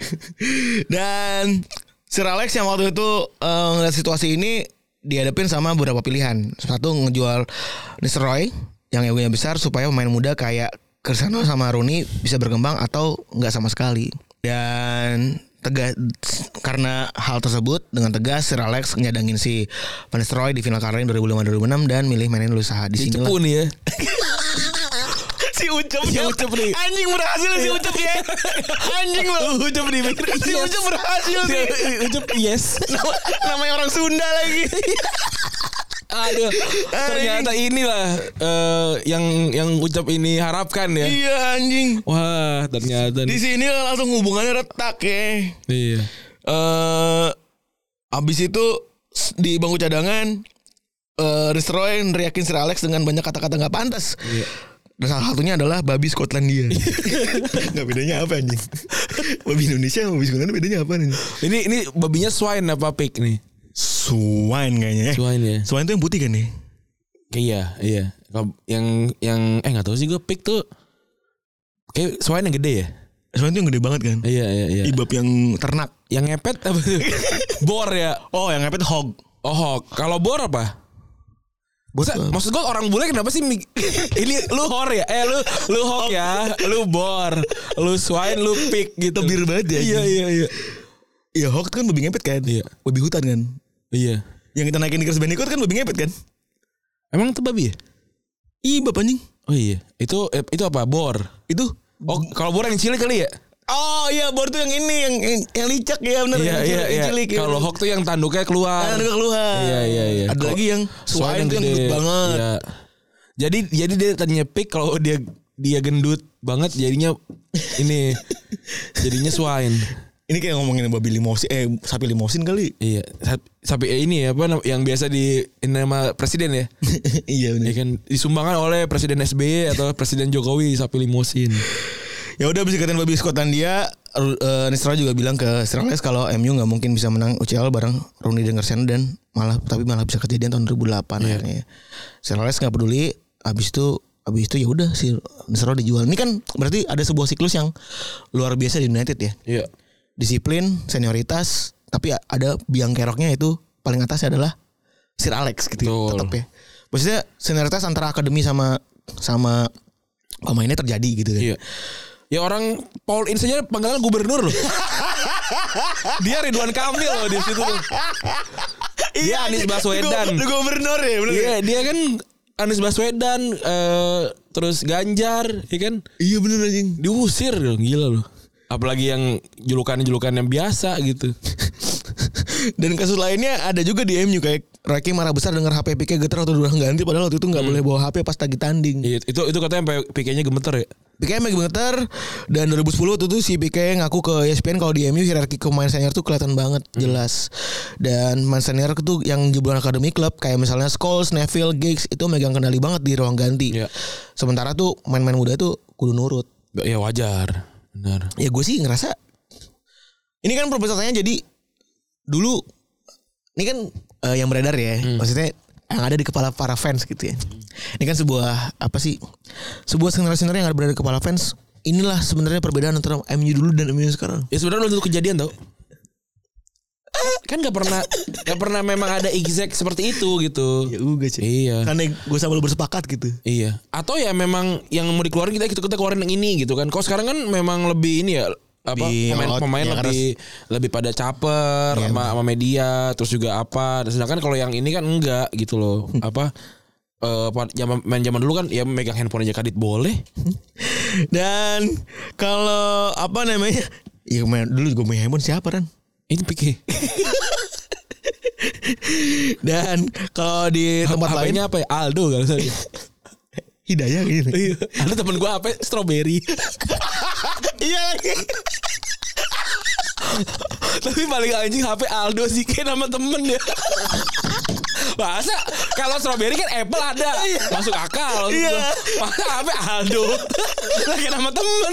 Dan Sir Alex yang waktu itu uh, ngeliat situasi ini dihadapin sama beberapa pilihan. Satu ngejual Nistelrooy yang egonya besar supaya pemain muda kayak Cristiano sama Rooney bisa berkembang atau nggak sama sekali. Dan tegas karena hal tersebut dengan tegas Sir Alex nyadangin si Van Nistelrooy di final Carling dua ribu lima dua ribu enam dan milih mainin usaha di sini. Cepu nih ya. Si Ucap si Ucap nih. Anjing berhasil si Ucap ya. Anjing lo. Ucap nih. Si Ucap berhasil nih. Ucap yes. Nama, namanya orang Sunda lagi. Aduh, ternyata inilah uh, yang yang Ucap ini harapkan ya. Iya anjing. Wah, ternyata di sini langsung hubungannya retak ya. Iya. Uh, abis itu di bangku cadangan uh, Nistelrooy neriakin Sir Alex dengan banyak kata-kata nggak pantas. Iya. Dan salah satunya adalah babi Skotlandia. Nggak bedanya apa anjing? Babi Indonesia sama babi Skotlandia bedanya apa nih? Ini ini babinya swine apa pig nih? Swine kayaknya. Swine ya. Swine itu yang putih kan nih? Iya, iya. Yang yang eh nggak tahu sih gue pig tuh kayak swine yang gede ya. Sebenarnya itu yang gede banget kan. Iya iya iya. Ibab yang ternak. Yang ngepet apa tuh? Bor ya. Oh yang ngepet hog. Oh hog. Kalau bor apa? Bosa, maksud gue orang bule kenapa sih ini lu hor ya? Eh lu lu hog ya, lu bor, lu swine, lu pig gitu. Tebir banget ya. Iya iya iya. Iya hog kan babi ngepet kan. Iya. Babi hutan kan. Iya. Yang kita naikin di Crash Bandicoot kan babi ngepet kan. Emang itu babi ya? Ibab anjing. Oh iya. Itu itu apa? Bor. Itu. Oh kalau bor yang cilik kali ya? Oh iya bor tuh yang ini yang yang, yang licak ya benar. Iya iya iya. Kalau ya, hog tuh yang tanduknya keluar. tanduknya keluar. Iya iya iya. Ada kalo, lagi yang swine tuh yang gendut banget. Iya. Jadi jadi dia tadinya pig, kalau dia dia gendut banget jadinya ini jadinya swine. Ini kayak ngomongin babi limosin eh sapi limosin kali. Iya. Sapi eh, ini apa yang biasa di nama presiden ya. Iya benar. Ya kan disumbangkan oleh Presiden S B Y atau Presiden Jokowi sapi limosin. Ya udah bisa dikatain babi Skotlandia. Uh, Nisra juga bilang ke Sir Alex kalau M U nggak mungkin bisa menang U C L bareng Rooney dan Garcia dan malah tapi malah bisa kejadian tahun dua ribu delapan yeah. akhirnya. Sir Alex nggak peduli. Abis itu abis itu ya udah si Nisra dijual. Ini kan berarti ada sebuah siklus yang luar biasa di United ya. Iya. Yeah. Disiplin, senioritas, tapi ada biang keroknya itu paling atas adalah Sir Alex gitu tetap ya. Maksudnya senioritas antara akademi sama sama pemainnya terjadi gitu kan. Iya. Ya orang Paul Ince aja panggilan gubernur loh. Dia Ridwan Kamil loh di situ tuh. Dia Anies Baswedan. Dia gubernur ya bener. Iya, dia kan Anies Baswedan uh, terus Ganjar, ya kan? Iya bener anjing. Diusir dong, gila loh. Apalagi yang julukan-julukan yang biasa gitu. Dan kasus lainnya ada juga di M U kayak Rakim marah besar dengar H P Pique getar atau durang ganti padahal waktu itu nggak hmm. boleh bawa H P pas lagi tanding. Iya, itu itu katanya sampai Pique-nya gemeter ya. Pique-nya gemeter dan dua ribu sepuluh waktu itu si Pique ngaku ke E S P N kalau di M U hierarki pemain senior tuh kelihatan banget hmm. jelas. Dan pemain senior itu yang jebolan akademi klub kayak misalnya Scholes, Neville, Giggs itu megang kendali banget di ruang ganti. Ya. Sementara tuh main-main muda tuh kudu nurut. Ya wajar. Benar. Ya gue sih ngerasa ini kan perbesarannya jadi dulu ini kan uh, yang beredar ya, hmm. maksudnya yang ada di kepala para fans gitu ya. Hmm. Ini kan sebuah apa sih? Sebuah skenario-skenario yang ada berada di kepala fans. Inilah sebenarnya perbedaan antara M U dulu dan M U sekarang. Ya sebenarnya belum tentu kejadian tau. Kan gak pernah gak pernah memang ada exact seperti itu gitu. Ya udah sih. Iya. Karena gue sama lu bersepakat gitu. Iya. Atau ya memang yang mau dikeluarin kita kita keluarin yang ini gitu kan. Kalau sekarang kan memang lebih ini ya apa pemain-pemain ya, lebih harus, lebih pada caper iya, sama, sama media terus juga apa. Sedangkan kalau yang ini kan enggak gitu loh. apa uh, zaman main zaman dulu kan ya megang handphone aja kadit boleh. Dan kalau apa namanya? Ya main dulu juga main handphone siapa kan? Ini Pique. Dan kalau di tempat lain apa ya? Aldo kalau saya. Hidayah gitu. Iya. Ada temen gue apa? Strawberry. Iya. Tapi paling anjing H P Aldo sih kayak nama temen ya. Masa kalau Strawberry kan Apple ada. Masuk akal. Iya. Masa H P Aldo. Lagi nama temen.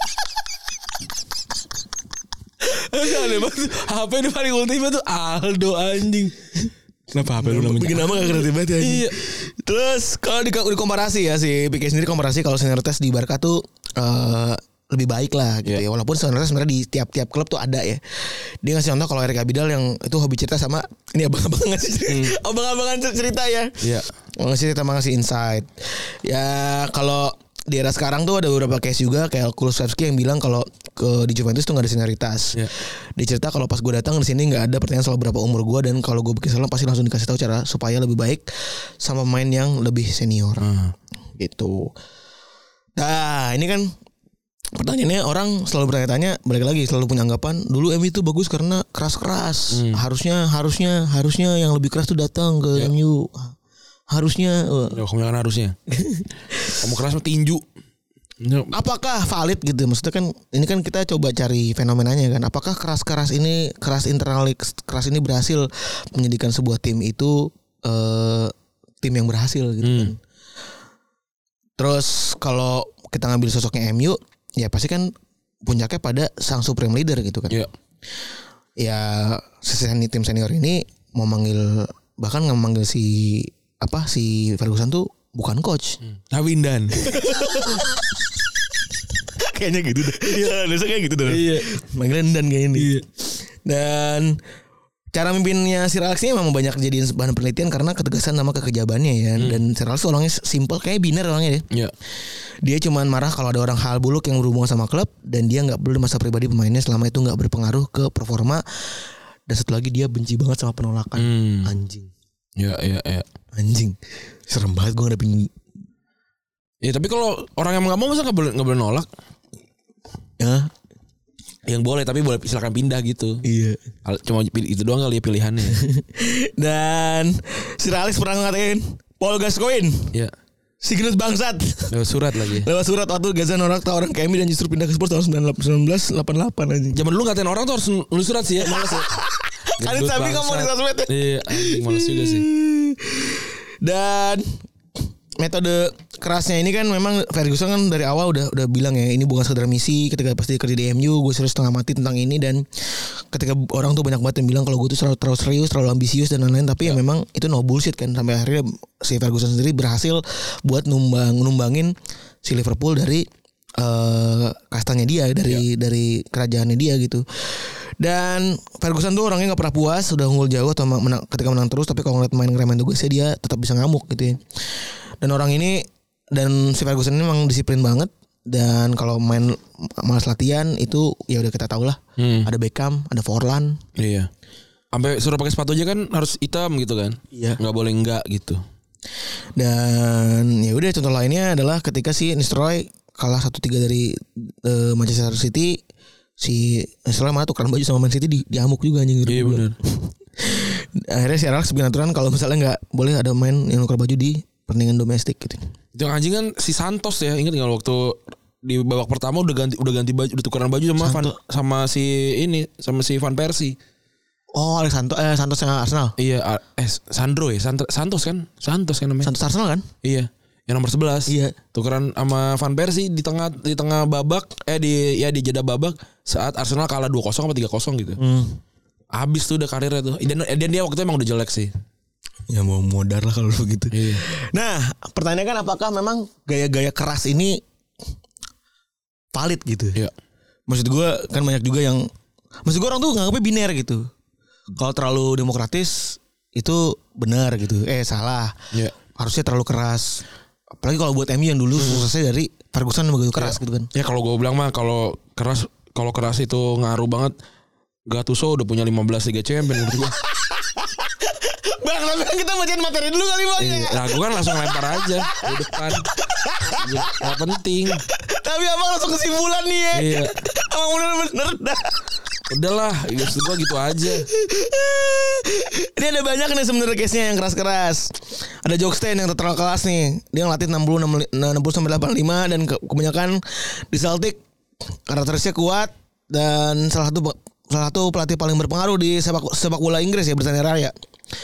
Aneh banget. H P ini paling ultimate tuh Aldo anjing. Kenapa H P lu namanya? Bikin nama gak kreatif banget ya. Iya. Terus kalau di, di komparasi ya si Pique sendiri komparasi kalau senioritas di Barca tuh uh, lebih baik lah gitu yeah. ya. Walaupun senioritas sebenarnya di tiap-tiap klub tuh ada ya. Dia ngasih contoh kalau Eric Abidal yang itu hobi cerita sama ini abang-abangan ngasih cerita. Hmm. Abang-abangan cerita ya. Iya. Yeah. Ngasih cerita sama ngasih insight. Ya kalau di era sekarang tuh ada beberapa case juga kayak Kulusevski yang bilang kalau ke di Juventus tuh nggak ada senioritas. Yeah. Dia cerita kalau pas gue datang di sini nggak ada pertanyaan soal berapa umur gue dan kalau gue bikin salah pasti langsung dikasih tahu cara supaya lebih baik sama pemain yang lebih senior. Uh. Gitu. Nah ini kan pertanyaannya orang selalu bertanya-tanya balik lagi selalu punya anggapan dulu M U itu bagus karena keras-keras. Hmm. Harusnya harusnya harusnya yang lebih keras tuh datang ke yeah. M U. Harusnya uh. ya, kamu jangan harusnya. Kamu keras mah tinju. Apakah valid gitu? Maksudnya kan ini kan kita coba cari fenomenanya kan. Apakah keras-keras ini keras internal keras ini berhasil menjadikan sebuah tim itu uh, tim yang berhasil gitu hmm. kan. Terus kalau kita ngambil sosoknya M U ya pasti kan puncaknya pada sang supreme leader gitu kan. Yeah. Ya sesini tim senior ini mau manggil bahkan nggak manggil si apa si Ferguson tuh bukan coach. Hmm. Tawindan. Kayaknya gitu deh. Iya, biasa kayak gitu deh. Iya. Manggilnya Dan kayak ini. Iya. Dan cara mimpinnya Sir Alex ini memang banyak jadiin bahan penelitian karena ketegasan sama kekejabannya ya. Hmm. Dan Sir Alex orangnya simple, kayak biner orangnya deh. Iya. Dia cuman marah kalau ada orang hal buruk yang berhubungan sama klub dan dia nggak peduli masa pribadi pemainnya selama itu nggak berpengaruh ke performa. Dan satu lagi dia benci banget sama penolakan. Hmm. Anjing. Ya, ya, ya. Anjing. Serem banget gue ngadepin. Ya tapi kalau orang yang nggak mau masa nggak boleh nggak boleh nolak. Ya. Yang boleh tapi boleh silakan pindah gitu. Iya. Cuma itu doang kali ya pilihannya. Dan Sir Alex pernah ngatain Paul Gascoigne. Iya. Signus bangsat. Lewat surat lagi. Lewat surat waktu Gazan orang tahu orang K M I dan justru pindah ke Spurs tahun seribu sembilan ratus delapan puluh delapan aja. Zaman dulu ngatain orang tuh harus nulis surat sih ya, malas ya. Kan tapi ngomong di sosmed. Iya, anjing malas juga sih. Dan metode kerasnya ini kan memang Ferguson kan dari awal udah udah bilang ya ini bukan sekedar misi ketika pasti kerja di M U gue serius setengah mati tentang ini dan ketika orang tuh banyak banget yang bilang kalau gue tuh terlalu, terlalu serius terlalu ambisius dan lain-lain tapi ya. ya memang itu no bullshit kan sampai akhirnya si Ferguson sendiri berhasil buat numbang numbangin si Liverpool dari uh, kastanya dia dari ya. dari kerajaannya dia gitu. Dan Ferguson tuh orangnya nggak pernah puas, udah unggul jauh atau menang, ketika menang terus tapi kalau ngeliat main ngeremen tugasnya dia tetap bisa ngamuk gitu ya. Dan orang ini dan si Ferguson ini memang disiplin banget dan kalau main malas latihan itu ya udah kita tahu lah. Hmm. Ada Beckham, ada Forlan. Iya. Sampai suruh pakai sepatu aja kan harus hitam gitu kan. Iya. Nggak boleh enggak gitu. Dan ya udah contoh lainnya adalah ketika si Nistelrooy kalah satu tiga dari uh, Manchester City, si Nistelrooy malah tukeran baju sama Man City di diamuk juga anjing gitu. Iya benar. Akhirnya si Alex bikin aturan kalau misalnya nggak boleh ada main yang nuker baju di pertandingan domestik gitu. Yang anjing kan si Santos ya, ingat nggak waktu di babak pertama udah ganti udah ganti baju, udah tukeran baju sama Van, sama si ini sama si Van Persie. Oh, Alex Santos eh Santos yang Arsenal. Iya, eh Sandro ya, Santos kan? Santos kan namanya. Santos Arsenal kan? Iya. Yang nomor sebelas. Iya. Tukeran sama Van Persie di tengah di tengah babak eh di ya di jeda babak saat Arsenal kalah dua kosong apa tiga kosong gitu. Hmm. Habis tuh udah karirnya tuh. Dan, dan dia waktu itu emang udah jelek sih. Ya mau modar lah kalau begitu. Iya. Nah, pertanyaannya kan apakah memang gaya-gaya keras ini valid gitu? Iya. Maksud gue kan banyak juga yang, maksud gue orang tuh nganggapnya biner gitu. Kalau terlalu demokratis itu benar gitu. Eh salah. Iya. Harusnya terlalu keras. Apalagi kalau buat M U yang dulu hmm. suksesnya dari Ferguson begitu keras ya. Gitu kan. Ya kalau gue bilang mah kalau keras kalau keras itu ngaruh banget. Gattuso udah punya lima belas Liga Champions menurut gue. Bang, kita bacain materi dulu kali Bang. Iya, nah gue kan langsung lempar aja di depan. Gak penting. Tapi abang langsung kesimpulan nih ya. Iya. Abang bener-bener dah. Udahlah, maksud gue gitu aja. Ini ada banyak nih sebenarnya case-nya yang keras-keras. Ada Jokstein yang terlalu keras nih. Dia ngelatih enam puluh sampai delapan puluh lima dan ke, kebanyakan di Celtic karakteristiknya kuat dan salah satu salah satu pelatih paling berpengaruh di sepak sepak bola Inggris ya Britania Raya.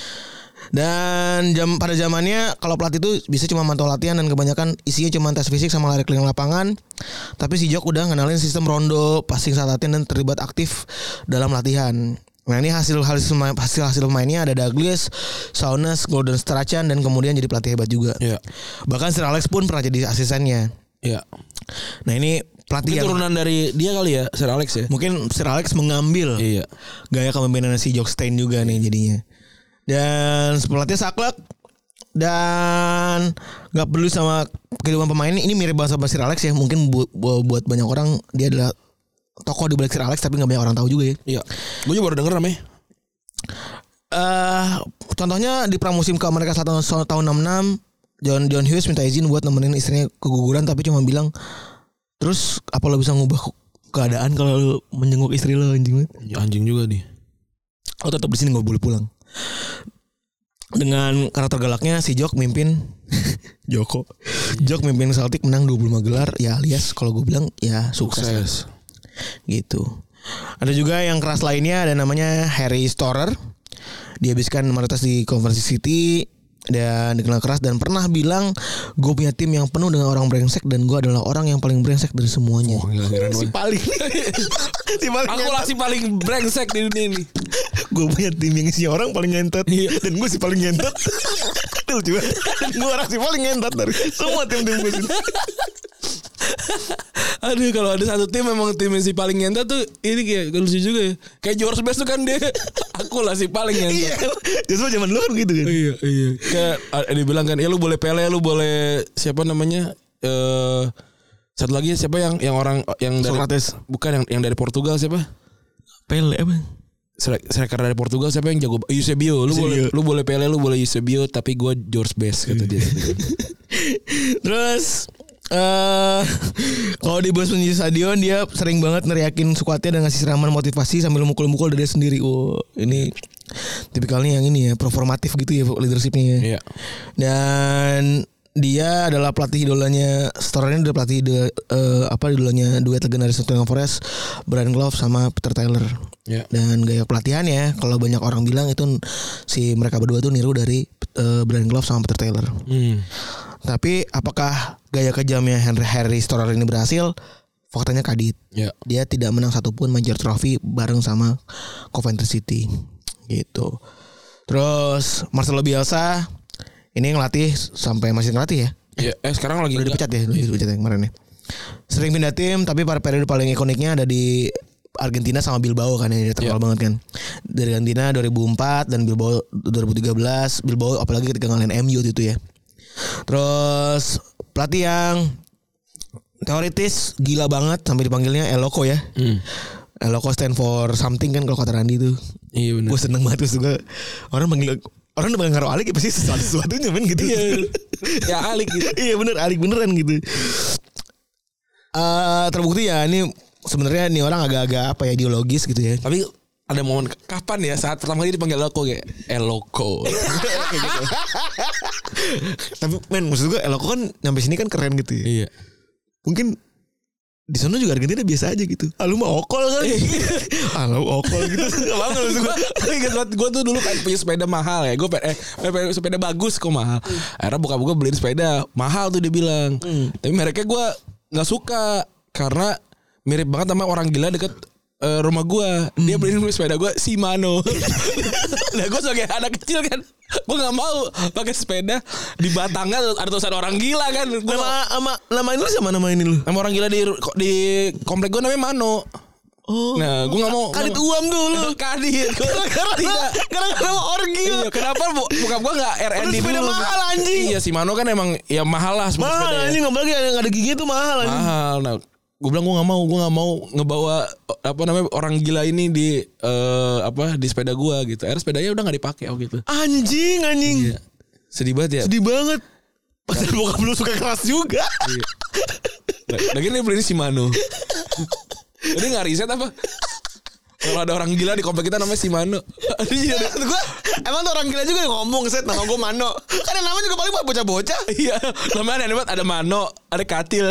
Dan jam pada zamannya kalau pelatih itu bisa cuma mantau latihan dan kebanyakan isinya cuma tes fisik sama lari keliling lapangan. Tapi si Jok udah ngenalin sistem rondo, passing saat latihan dan terlibat aktif dalam latihan. Nah ini hasil hasil hasil hasil mainnya ada Douglas, Souness, Gordon Strachan dan kemudian jadi pelatih hebat juga. Yeah. Bahkan Sir Alex pun pernah jadi asistennya. Iya. Yeah. Nah ini pelatih mungkin yang turunan dari dia kali ya Sir Alex ya. Mungkin Sir Alex mengambil iya. gaya kepemimpinan si Jokstein juga nih jadinya. Dan pelatih saklek dan nggak peduli sama kehidupan pemain. Ini mirip banget sama Sir Alex ya. Mungkin buat, buat banyak orang dia adalah tokoh di balik Sir Alex tapi nggak banyak orang tahu juga ya. Iya. Gue juga baru denger namanya. Uh, contohnya di pramusim ke Amerika Selatan tahun enam puluh enam, John John Hughes minta izin buat nemenin istrinya keguguran tapi cuma bilang, terus apa lo bisa ngubah keadaan kalau lo menjenguk istri lo anjing banget. Anjing juga nih. Lo tetap di sini nggak boleh pulang. Dengan karakter galaknya si Jok mimpin Joko Jok mimpin Celtic menang dua puluh lima gelar ya alias kalau gue bilang ya sukses, sukses. Gitu. Ada juga yang keras lainnya ada namanya Harry Storer. Dia habiskan mayoritas di Conference City dan dikenal keras dan pernah bilang gue punya tim yang penuh dengan orang brengsek dan gue adalah orang yang paling brengsek dari semuanya. Oh, gila, si paling si paling aku lah si paling brengsek di dunia ini. Gue punya tim yang si orang paling ngentot dan gue si paling ngentot. Lucu banget. Dan gue orang si paling ngentot dari semua tim-tim gue sini. Aduh kalau ada satu tim memang tim yang si paling ngentot tuh ini kayak lucu juga ya. Kayak George Best tuh kan dia aku lah si paling ngentot. Iya. Justru zaman dulu kan gitu kan. Iya iya. Kayak dia bilang kan ya lu boleh Pele, lu boleh siapa namanya eh satu lagi siapa yang yang orang yang dari Socrates. Bukan yang yang dari Portugal siapa? Pele apa? Striker dari Portugal siapa yang jago? Eusebio. Lu boleh lu boleh Pele, lu boleh Eusebio, tapi gue George Best kata dia. Terus Uh, kalau di Bos Menuju Stadion dia sering banget neriakin skuadnya dan ngasih siraman motivasi sambil mukul-mukul dari dia sendiri. Oh, ini tipikalnya yang ini ya, performatif gitu ya leadershipnya ya. Iya. Dan dia adalah pelatih idolanya, Storenya udah pelatih de, uh, apa idolanya duet legendaris Nottingham Forest, Brian Clough sama Peter Taylor. Yeah. Dan gaya pelatihannya kalau banyak orang bilang itu si mereka berdua tuh niru dari uh, Brian Clough sama Peter Taylor. Hmm. Tapi apakah gaya kejamnya Henry Harry Storer ini berhasil? Faktanya kadit. Yeah. Dia tidak menang satupun major trophy bareng sama Coventry City. Gitu. Terus Marcelo Bielsa ini ngelatih sampai masih ngelatih ya? Iya, eh sekarang lagi udah dipecat ya, udah dipecat ya kemarin ya. Sering pindah tim, tapi pada periode paling ikoniknya ada di Argentina sama Bilbao kan, yang dia terkenal yeah. banget kan. Dari Argentina dua ribu empat dan Bilbao dua ribu tiga belas. Bilbao apalagi ketika ngalahin M U itu ya. Terus pelatih yang teoritis gila banget sampai dipanggilnya El Loco ya. Hmm. El Loco stand for something kan kalau kata Randy tuh. Iya benar. Gue seneng banget terus juga orang panggil orang udah ngaruh Alik ya pasti sesuatu sesuatunya men gitu. Iya. Ya Alik gitu. Iya bener Alik beneran gitu. Uh, terbukti ya ini sebenarnya nih orang agak-agak apa ya ideologis gitu ya. Tapi ada momen kapan ya saat pertama kali dipanggil Loco kayak El Loco. Kayak gitu. Tapi men maksud gue El Loco kan nyampe sini kan keren gitu ya. Iya. Mungkin di sana juga Argentina biasa aja gitu. Ah lu mah okol kan. Ah lu okol gitu. Enggak banget maksud gue. Ingat banget gue tuh dulu pengen punya sepeda mahal ya. Gue pengen eh pengen sepeda bagus kok mahal. Akhirnya bokap gue beliin sepeda mahal tuh dia bilang. Hmm. Tapi mereknya gue enggak suka karena mirip banget sama orang gila deket Uh, rumah gue. Dia beliin sepeda gue Shimano. Nah gue sebagai anak kecil kan, gue nggak mau pakai sepeda di batangnya ada tulisan orang gila kan. Gua nama nama nama ini lu sama nama ini lu. Nama orang gila di di komplek gue namanya Mano. Oh. Nah gue nggak mau. Kadit uam dulu. Kadit. Karena karena kenapa orang gila. Iya, kenapa bokap gue nggak R and D dulu? Sepeda mahal anjing. Iya Shimano kan emang ya mahal lah. Mahal sepeda anjing nggak boleh yang ada gigi itu mahal anjing. Mahal. Nah gue bilang gue nggak mau, gue nggak mau ngebawa apa namanya orang gila ini di uh, apa di sepeda gue gitu. Akhirnya sepedanya udah nggak dipakai oh gitu. Anjing anjing. Iya. Sedih banget ya. Sedih banget. Padahal bokap lu suka keras juga. Iya. Lagi dia beli Shimano. Jadi nggak riset apa? Kalau ada orang gila di komplek kita namanya Shimano. Iya, gue emang tuh orang gila juga yang ngomong set nama gue Mano. Kan yang namanya juga paling buat bocah-bocah. Iya, namanya aneh banget. Ada Mano, ada Katil.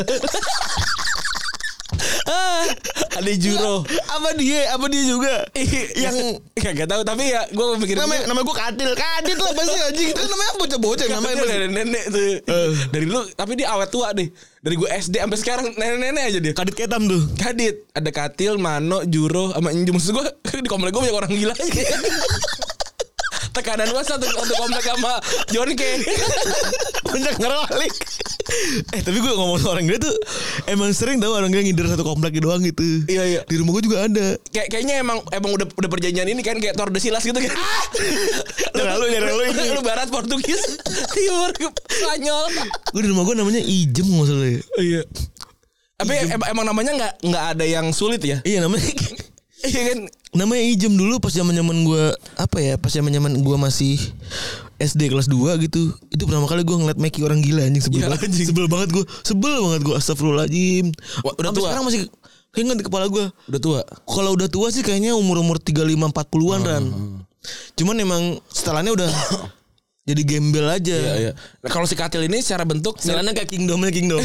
Ah, ada Juro. Apa dia? Apa dia juga? Yang kagak tahu tapi ya gue pikir namanya nama gue Kadil. Kadit lah pasti anjing. Itu kan namanya bocah-bocah namanya nenek-nenek tuh. Uh. Dari dulu tapi dia awet tua deh. Dari gue S D sampai sekarang nenek-nenek aja dia. Kadit Ketam tuh. Kadit. Ada Katil, Mano, Juro sama Inju. Maksud gue di komplek gue banyak orang gila aja. Tekanan gue satu, satu komplek sama John K. Banyak ngeralik. Eh tapi gue ngomong sama orang gila tuh emang sering tau orang gila ngider satu komplek doang gitu. Iya iya. Di rumah gue juga ada. Kayak kayaknya emang emang udah udah perjanjian ini kan kayak Tordesillas gitu kan. Daerah lu daerah lu ini. Lu barat Portugis, timur Spanyol. Gue di rumah gue namanya Ijem maksudnya. Iya. Tapi em, emang namanya nggak nggak ada yang sulit ya. Iya namanya. Iya kan. Namanya Ijem dulu pas zaman-zaman gue apa ya? Pas zaman-zaman gue masih S D kelas dua gitu. Itu pertama kali gue ngeliat Meki orang gila anjing sebel ya, banget. Anjing. Sebel banget gue. Sebel banget gue. Astagfirullahaladzim. Wah, udah tua. Sekarang masih keinget di kepala gue. Udah tua. Kalau udah tua sih kayaknya umur-umur tiga puluh lima empat puluhan hmm. Ran. Cuman emang setelannya udah jadi gembel aja. Iya, iya. Nah, kalau si Katil ini secara bentuk setelannya kayak Kingdomnya Kingdom.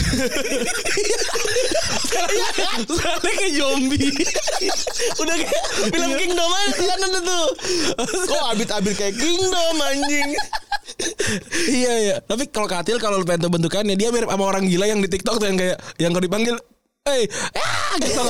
Setelannya kayak zombie. Udah kayak film Kingdom aja setelannya tuh. Kok abit-abit kayak Kingdom anjing. Iya iya. Tapi kalau Katil kalau lu pengen bentukannya dia mirip sama orang gila yang di TikTok tuh yang kayak yang kalau dipanggil, "Eh, ah!" gitu.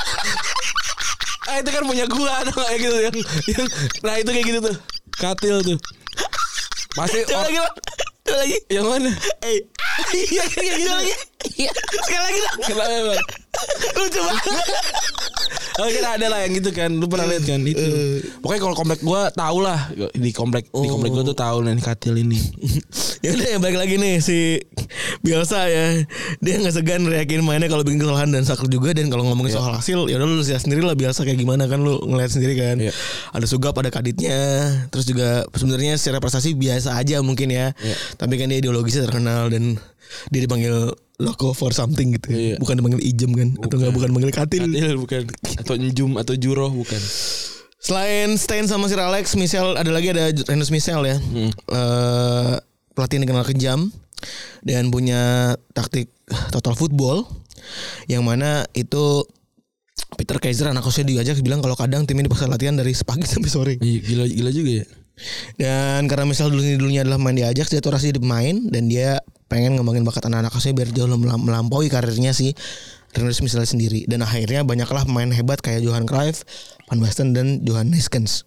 Ah itu kan punya gua atau kayak gitu yang, yang nah itu kayak gitu tuh. Katil tuh. Masih coba lagi, coba lagi. Yang mana? Eh, iya kayak gitu lagi. Sekali lagi dong. Kenapa bang? Lucu banget. Oh kira ada lah yang gitu kan. Lu pernah lihat kan itu. Pokoknya kalau komplek gue tau lah. Di komplek oh. di komplek gue tuh tahu nih Katil ini. Ya udah yang balik lagi nih si Bielsa ya. Dia nggak segan reakin mainnya kalau bikin kesalahan dan saklek juga. Dan kalau ngomongin yeah. soal hasil ya udah lu lihat sendiri lah Bielsa kayak gimana kan lu ngeliat sendiri kan. Yeah. Ada Sugap, ada Kaditnya. Terus juga sebenarnya secara prestasi biasa aja mungkin ya. Yeah. Tapi kan dia ideologisnya terkenal dan dia dipanggil Loko for something gitu ya. Iya. Bukan dipanggil Ijem kan. Bukan. Atau enggak bukan dipanggil Katil. Katil bukan. Atau Njum atau Juro bukan. Selain Stein sama Sir Alex, Michel ada lagi ada Renus Michel ya. Hmm. Uh, pelatih yang dikenal kejam dan punya taktik total football yang mana itu Peter Kaiser anak kosnya diajak bilang kalau kadang timnya dipaksa latihan dari pagi sampai sore. Iya, gila gila juga ya. Dan karena Michel dulu dulunya adalah main di Ajax, dia tuh rasa jadi pemain dan dia pengen ngembangin bakat anak-anak kosnya biar jauh melampaui karirnya si Renus Michel sendiri. Dan akhirnya banyaklah pemain hebat kayak Johan Cruyff, Van Basten dan Johan Neeskens.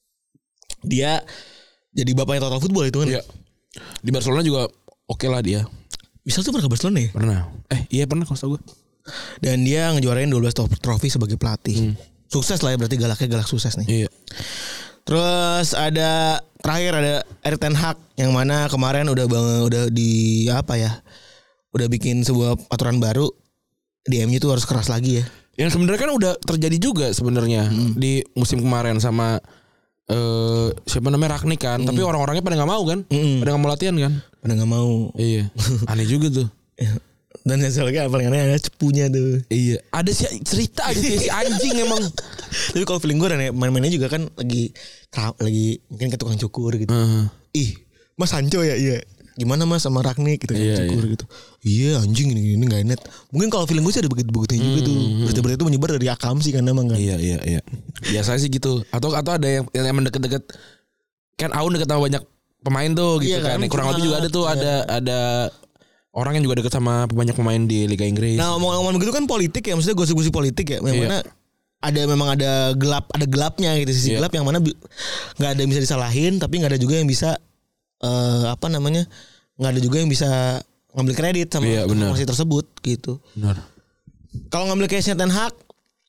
Dia jadi bapaknya total football itu kan. Iya. Di Barcelona juga oke okay lah dia. Michel tuh pernah ke Barcelona ya? Pernah. Eh iya pernah kalau tau gue. Dan dia ngejuarain dua belas trofi sebagai pelatih. Hmm. Sukses lah ya, berarti galaknya galak sukses nih. Iya. Terus ada terakhir ada Erik ten Hag yang mana kemarin udah bang, udah di apa ya? Udah bikin sebuah aturan baru di M U tuh harus keras lagi ya. Yang sebenarnya kan udah terjadi juga sebenarnya hmm. di musim kemarin sama uh, siapa namanya Ragnik kan, hmm. tapi orang-orangnya pada nggak mau kan, hmm. pada nggak mau latihan kan, pada nggak mau. Iya, aneh juga tuh. Dan yang soalnya paling aneh ada cepunya tuh. Iya. Ada sih cerita aja si anjing emang. Tapi kalau feeling gue nih main-mainnya juga kan lagi lagi mungkin ke tukang cukur gitu. Uh-huh. Ih, Mas Sancho ya, iya. Gimana Mas sama Ragnik gitu iya, cukur iya. gitu. Iya anjing ini ini enggak enak. Mungkin kalau feeling gue sih ada begitu-begitunya hmm. juga tuh. Berita-berita itu menyebar dari Akam sih kan emang kan. Iya iya iya. Biasanya sih gitu. Atau atau ada yang yang mendekat-dekat kan Aun deket sama banyak pemain tuh gitu iya, kan. kan. Kurang lebih juga ada tuh iya. ada ada orang yang juga dekat sama banyak pemain di Liga Inggris. Nah, ngomong-ngomong begitu kan politik ya, maksudnya gosip-gosip politik ya. Yang iya. mana ada memang ada gelap, ada gelapnya gitu, sisi iya. gelap yang mana nggak ada yang bisa disalahin, tapi nggak ada juga yang bisa uh, apa namanya, nggak ada juga yang bisa ngambil kredit sama iya, informasi tersebut gitu. Benar. Kalau ngambil case-nya Ten Hag,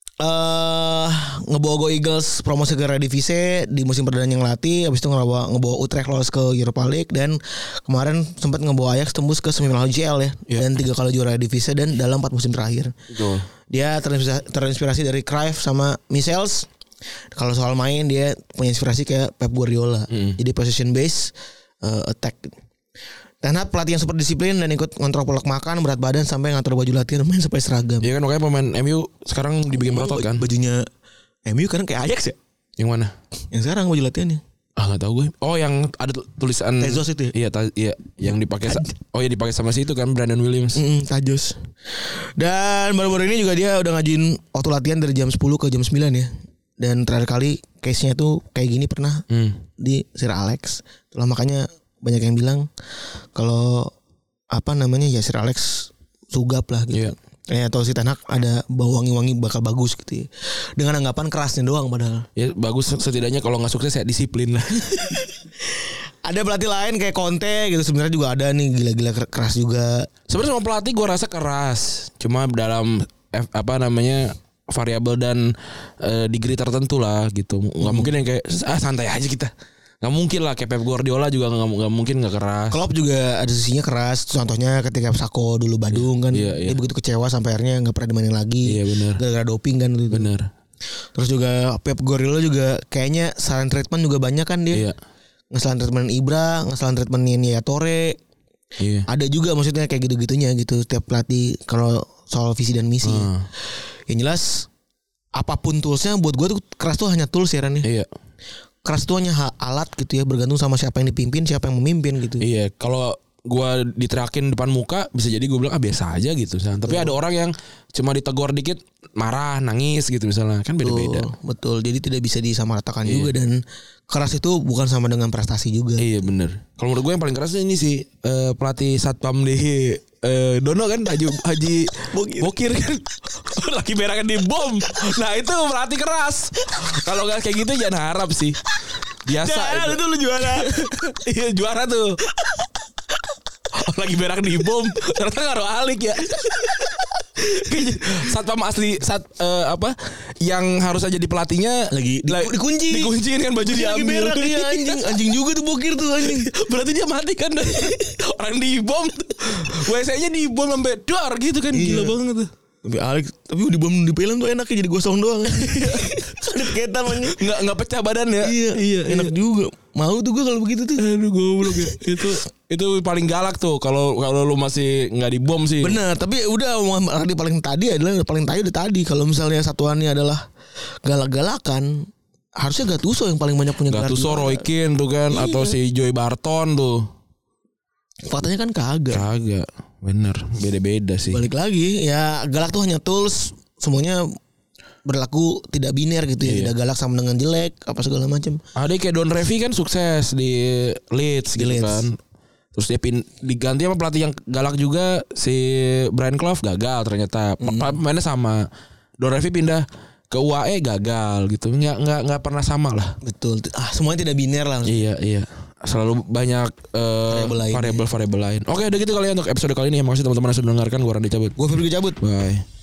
uh, ngebawa Go Eagles promosi ke Eredivisie di musim perdana yang latih, habis itu ngebawa ngebawa Utrecht lolos ke Europa League dan kemarin sempat ngebawa Ajax tembus ke semifinal U C L ya yeah. dan tiga kali juara Eredivisie dan dalam empat musim terakhir. Betul. Dia terinspirasi, terinspirasi dari Cruyff sama Michels. Kalau soal main dia punya inspirasi kayak Pep Guardiola. Mm. Jadi possession based uh, attack. Ten Hag pelatih yang super disiplin dan ikut ngontrol pola makan, berat badan sampai ngatur baju latihan main sampai seragam. Iya kan makanya pemain M U sekarang dibikin berotot kan. Bajunya M U kan kayak Ajax ya? Yang mana? Yang sekarang baju latihannya. Ah enggak tahu gue. Oh yang ada tulisan Tezos itu. Ya? Iya, ta- iya yang dipakai sa- Oh ya dipakai sama si itu kan Brandon Williams. Mm, Tajos. Dan baru-baru ini juga dia udah ngajuin waktu latihan dari jam sepuluh ke jam sembilan ya. Dan terakhir kali case-nya tuh kayak gini pernah hmm. di Sir Alex. Itulah makanya banyak yang bilang kalau apa namanya ya Sir Alex sugap lah gitu. Yeah. Eh atau si Ten Hag ada bau wangi-wangi bakal bagus gitu ya. Dengan anggapan kerasnya doang padahal. Ya bagus setidaknya kalau nggak sukses ya disiplin lah. Ada pelatih lain kayak Conte gitu sebenarnya juga ada nih gila-gila keras juga. Sebenarnya sama pelatih gue rasa keras. Cuma dalam F, apa namanya variabel dan uh, degree tertentu lah gitu. Nggak hmm. mungkin yang kayak ah santai aja kita. Gak mungkin lah kayak Pep Guardiola juga gak, gak mungkin gak keras. Klopp juga ada sisinya keras. Contohnya ketika Sako dulu Badung kan iya, iya. dia begitu kecewa sampai akhirnya gak pernah dimainin lagi. Iya benar. Gara-gara doping kan gitu. Benar. Terus juga Pep Guardiola juga kayaknya silent treatment juga banyak kan dia. Iya. Nge-silent treatment Ibra, nge-silent treatment Yaya Toure. Iya. Ada juga maksudnya kayak gitu-gitunya gitu setiap pelatih kalau soal visi dan misi. Hmm. Yang jelas apapun toolsnya buat gue tuh keras tuh hanya tools ya Ran. Iya. Keras itu hanya alat gitu ya, bergantung sama siapa yang dipimpin, siapa yang memimpin gitu. Iya, kalau gue diterakin depan muka bisa jadi gue bilang ah biasa aja gitu misalnya. Tapi ada orang yang cuma ditegur dikit marah, nangis gitu misalnya. Kan beda-beda. Betul, betul. Jadi tidak bisa disamaratakan iya. juga dan keras itu bukan sama dengan prestasi juga. Iya benar. Kalau menurut gue yang paling keras ini sih uh, pelatih Satpam di uh, Dono kan Haji Haji Bokir, Bokir kan lagi berangan di bom. Nah itu pelatih keras. Kalau nggak kayak gitu jangan harap sih. Biasa. Jangan itu lu juara. Iya juara tuh. lagi berak di bom ternyata ngaruh alik ya. Satpam asli sat uh, apa yang harus aja di pelatihnya lagi di, la- dikunci dikunciin kan baju lagi diambil. berak dia anjing anjing juga tuh bokir tuh anjing. Berarti dia mati kan. Orang di bom W C-nya di bom sampai dar gitu kan. Gila Iya. banget tuh. Tapi Alex, tapi di bom di film tuh enaknya jadi gosong doang. Kadit ketam anjing. Nggak nggak pecah badan ya. Iya, iya, enak juga. Mau tuh gue kalau begitu tuh. Aduh goblok ya. Itu itu paling galak tuh kalau kalau lu masih nggak dibom sih. Benar, tapi udah omongan tadi paling tadi adalah paling tadi udah tadi. Kalau misalnya satuannya adalah galak-galakan, harusnya Gattuso yang paling banyak punya Gattuso, Roy Keane tuh kan Iya. atau si Joey Barton tuh. Faktanya kan kagak. Kagak. Bener, beda-beda sih. Balik lagi, ya galak tuh hanya tools, semuanya berlaku tidak biner gitu ya, Iya. tidak galak sama dengan jelek apa segala macam. Ada kayak Don Revy kan sukses di Leeds Di gitu Leeds. kan. Terus dia pin, diganti sama pelatih yang galak juga si Brian Clough gagal ternyata. Mm. Mainnya sama. Don Revy pindah ke U A E gagal gitu. Nggak nggak nggak pernah sama lah. Betul. Ah, semuanya tidak biner lah. Iya iya. Selalu banyak uh, Variabel lain. variabel-variabel lain. Oke, udah gitu kali ya untuk episode kali ini. Makasih teman-teman yang sudah mendengarkan. Gua Randy cabut. Gue Febri cabut. Bye.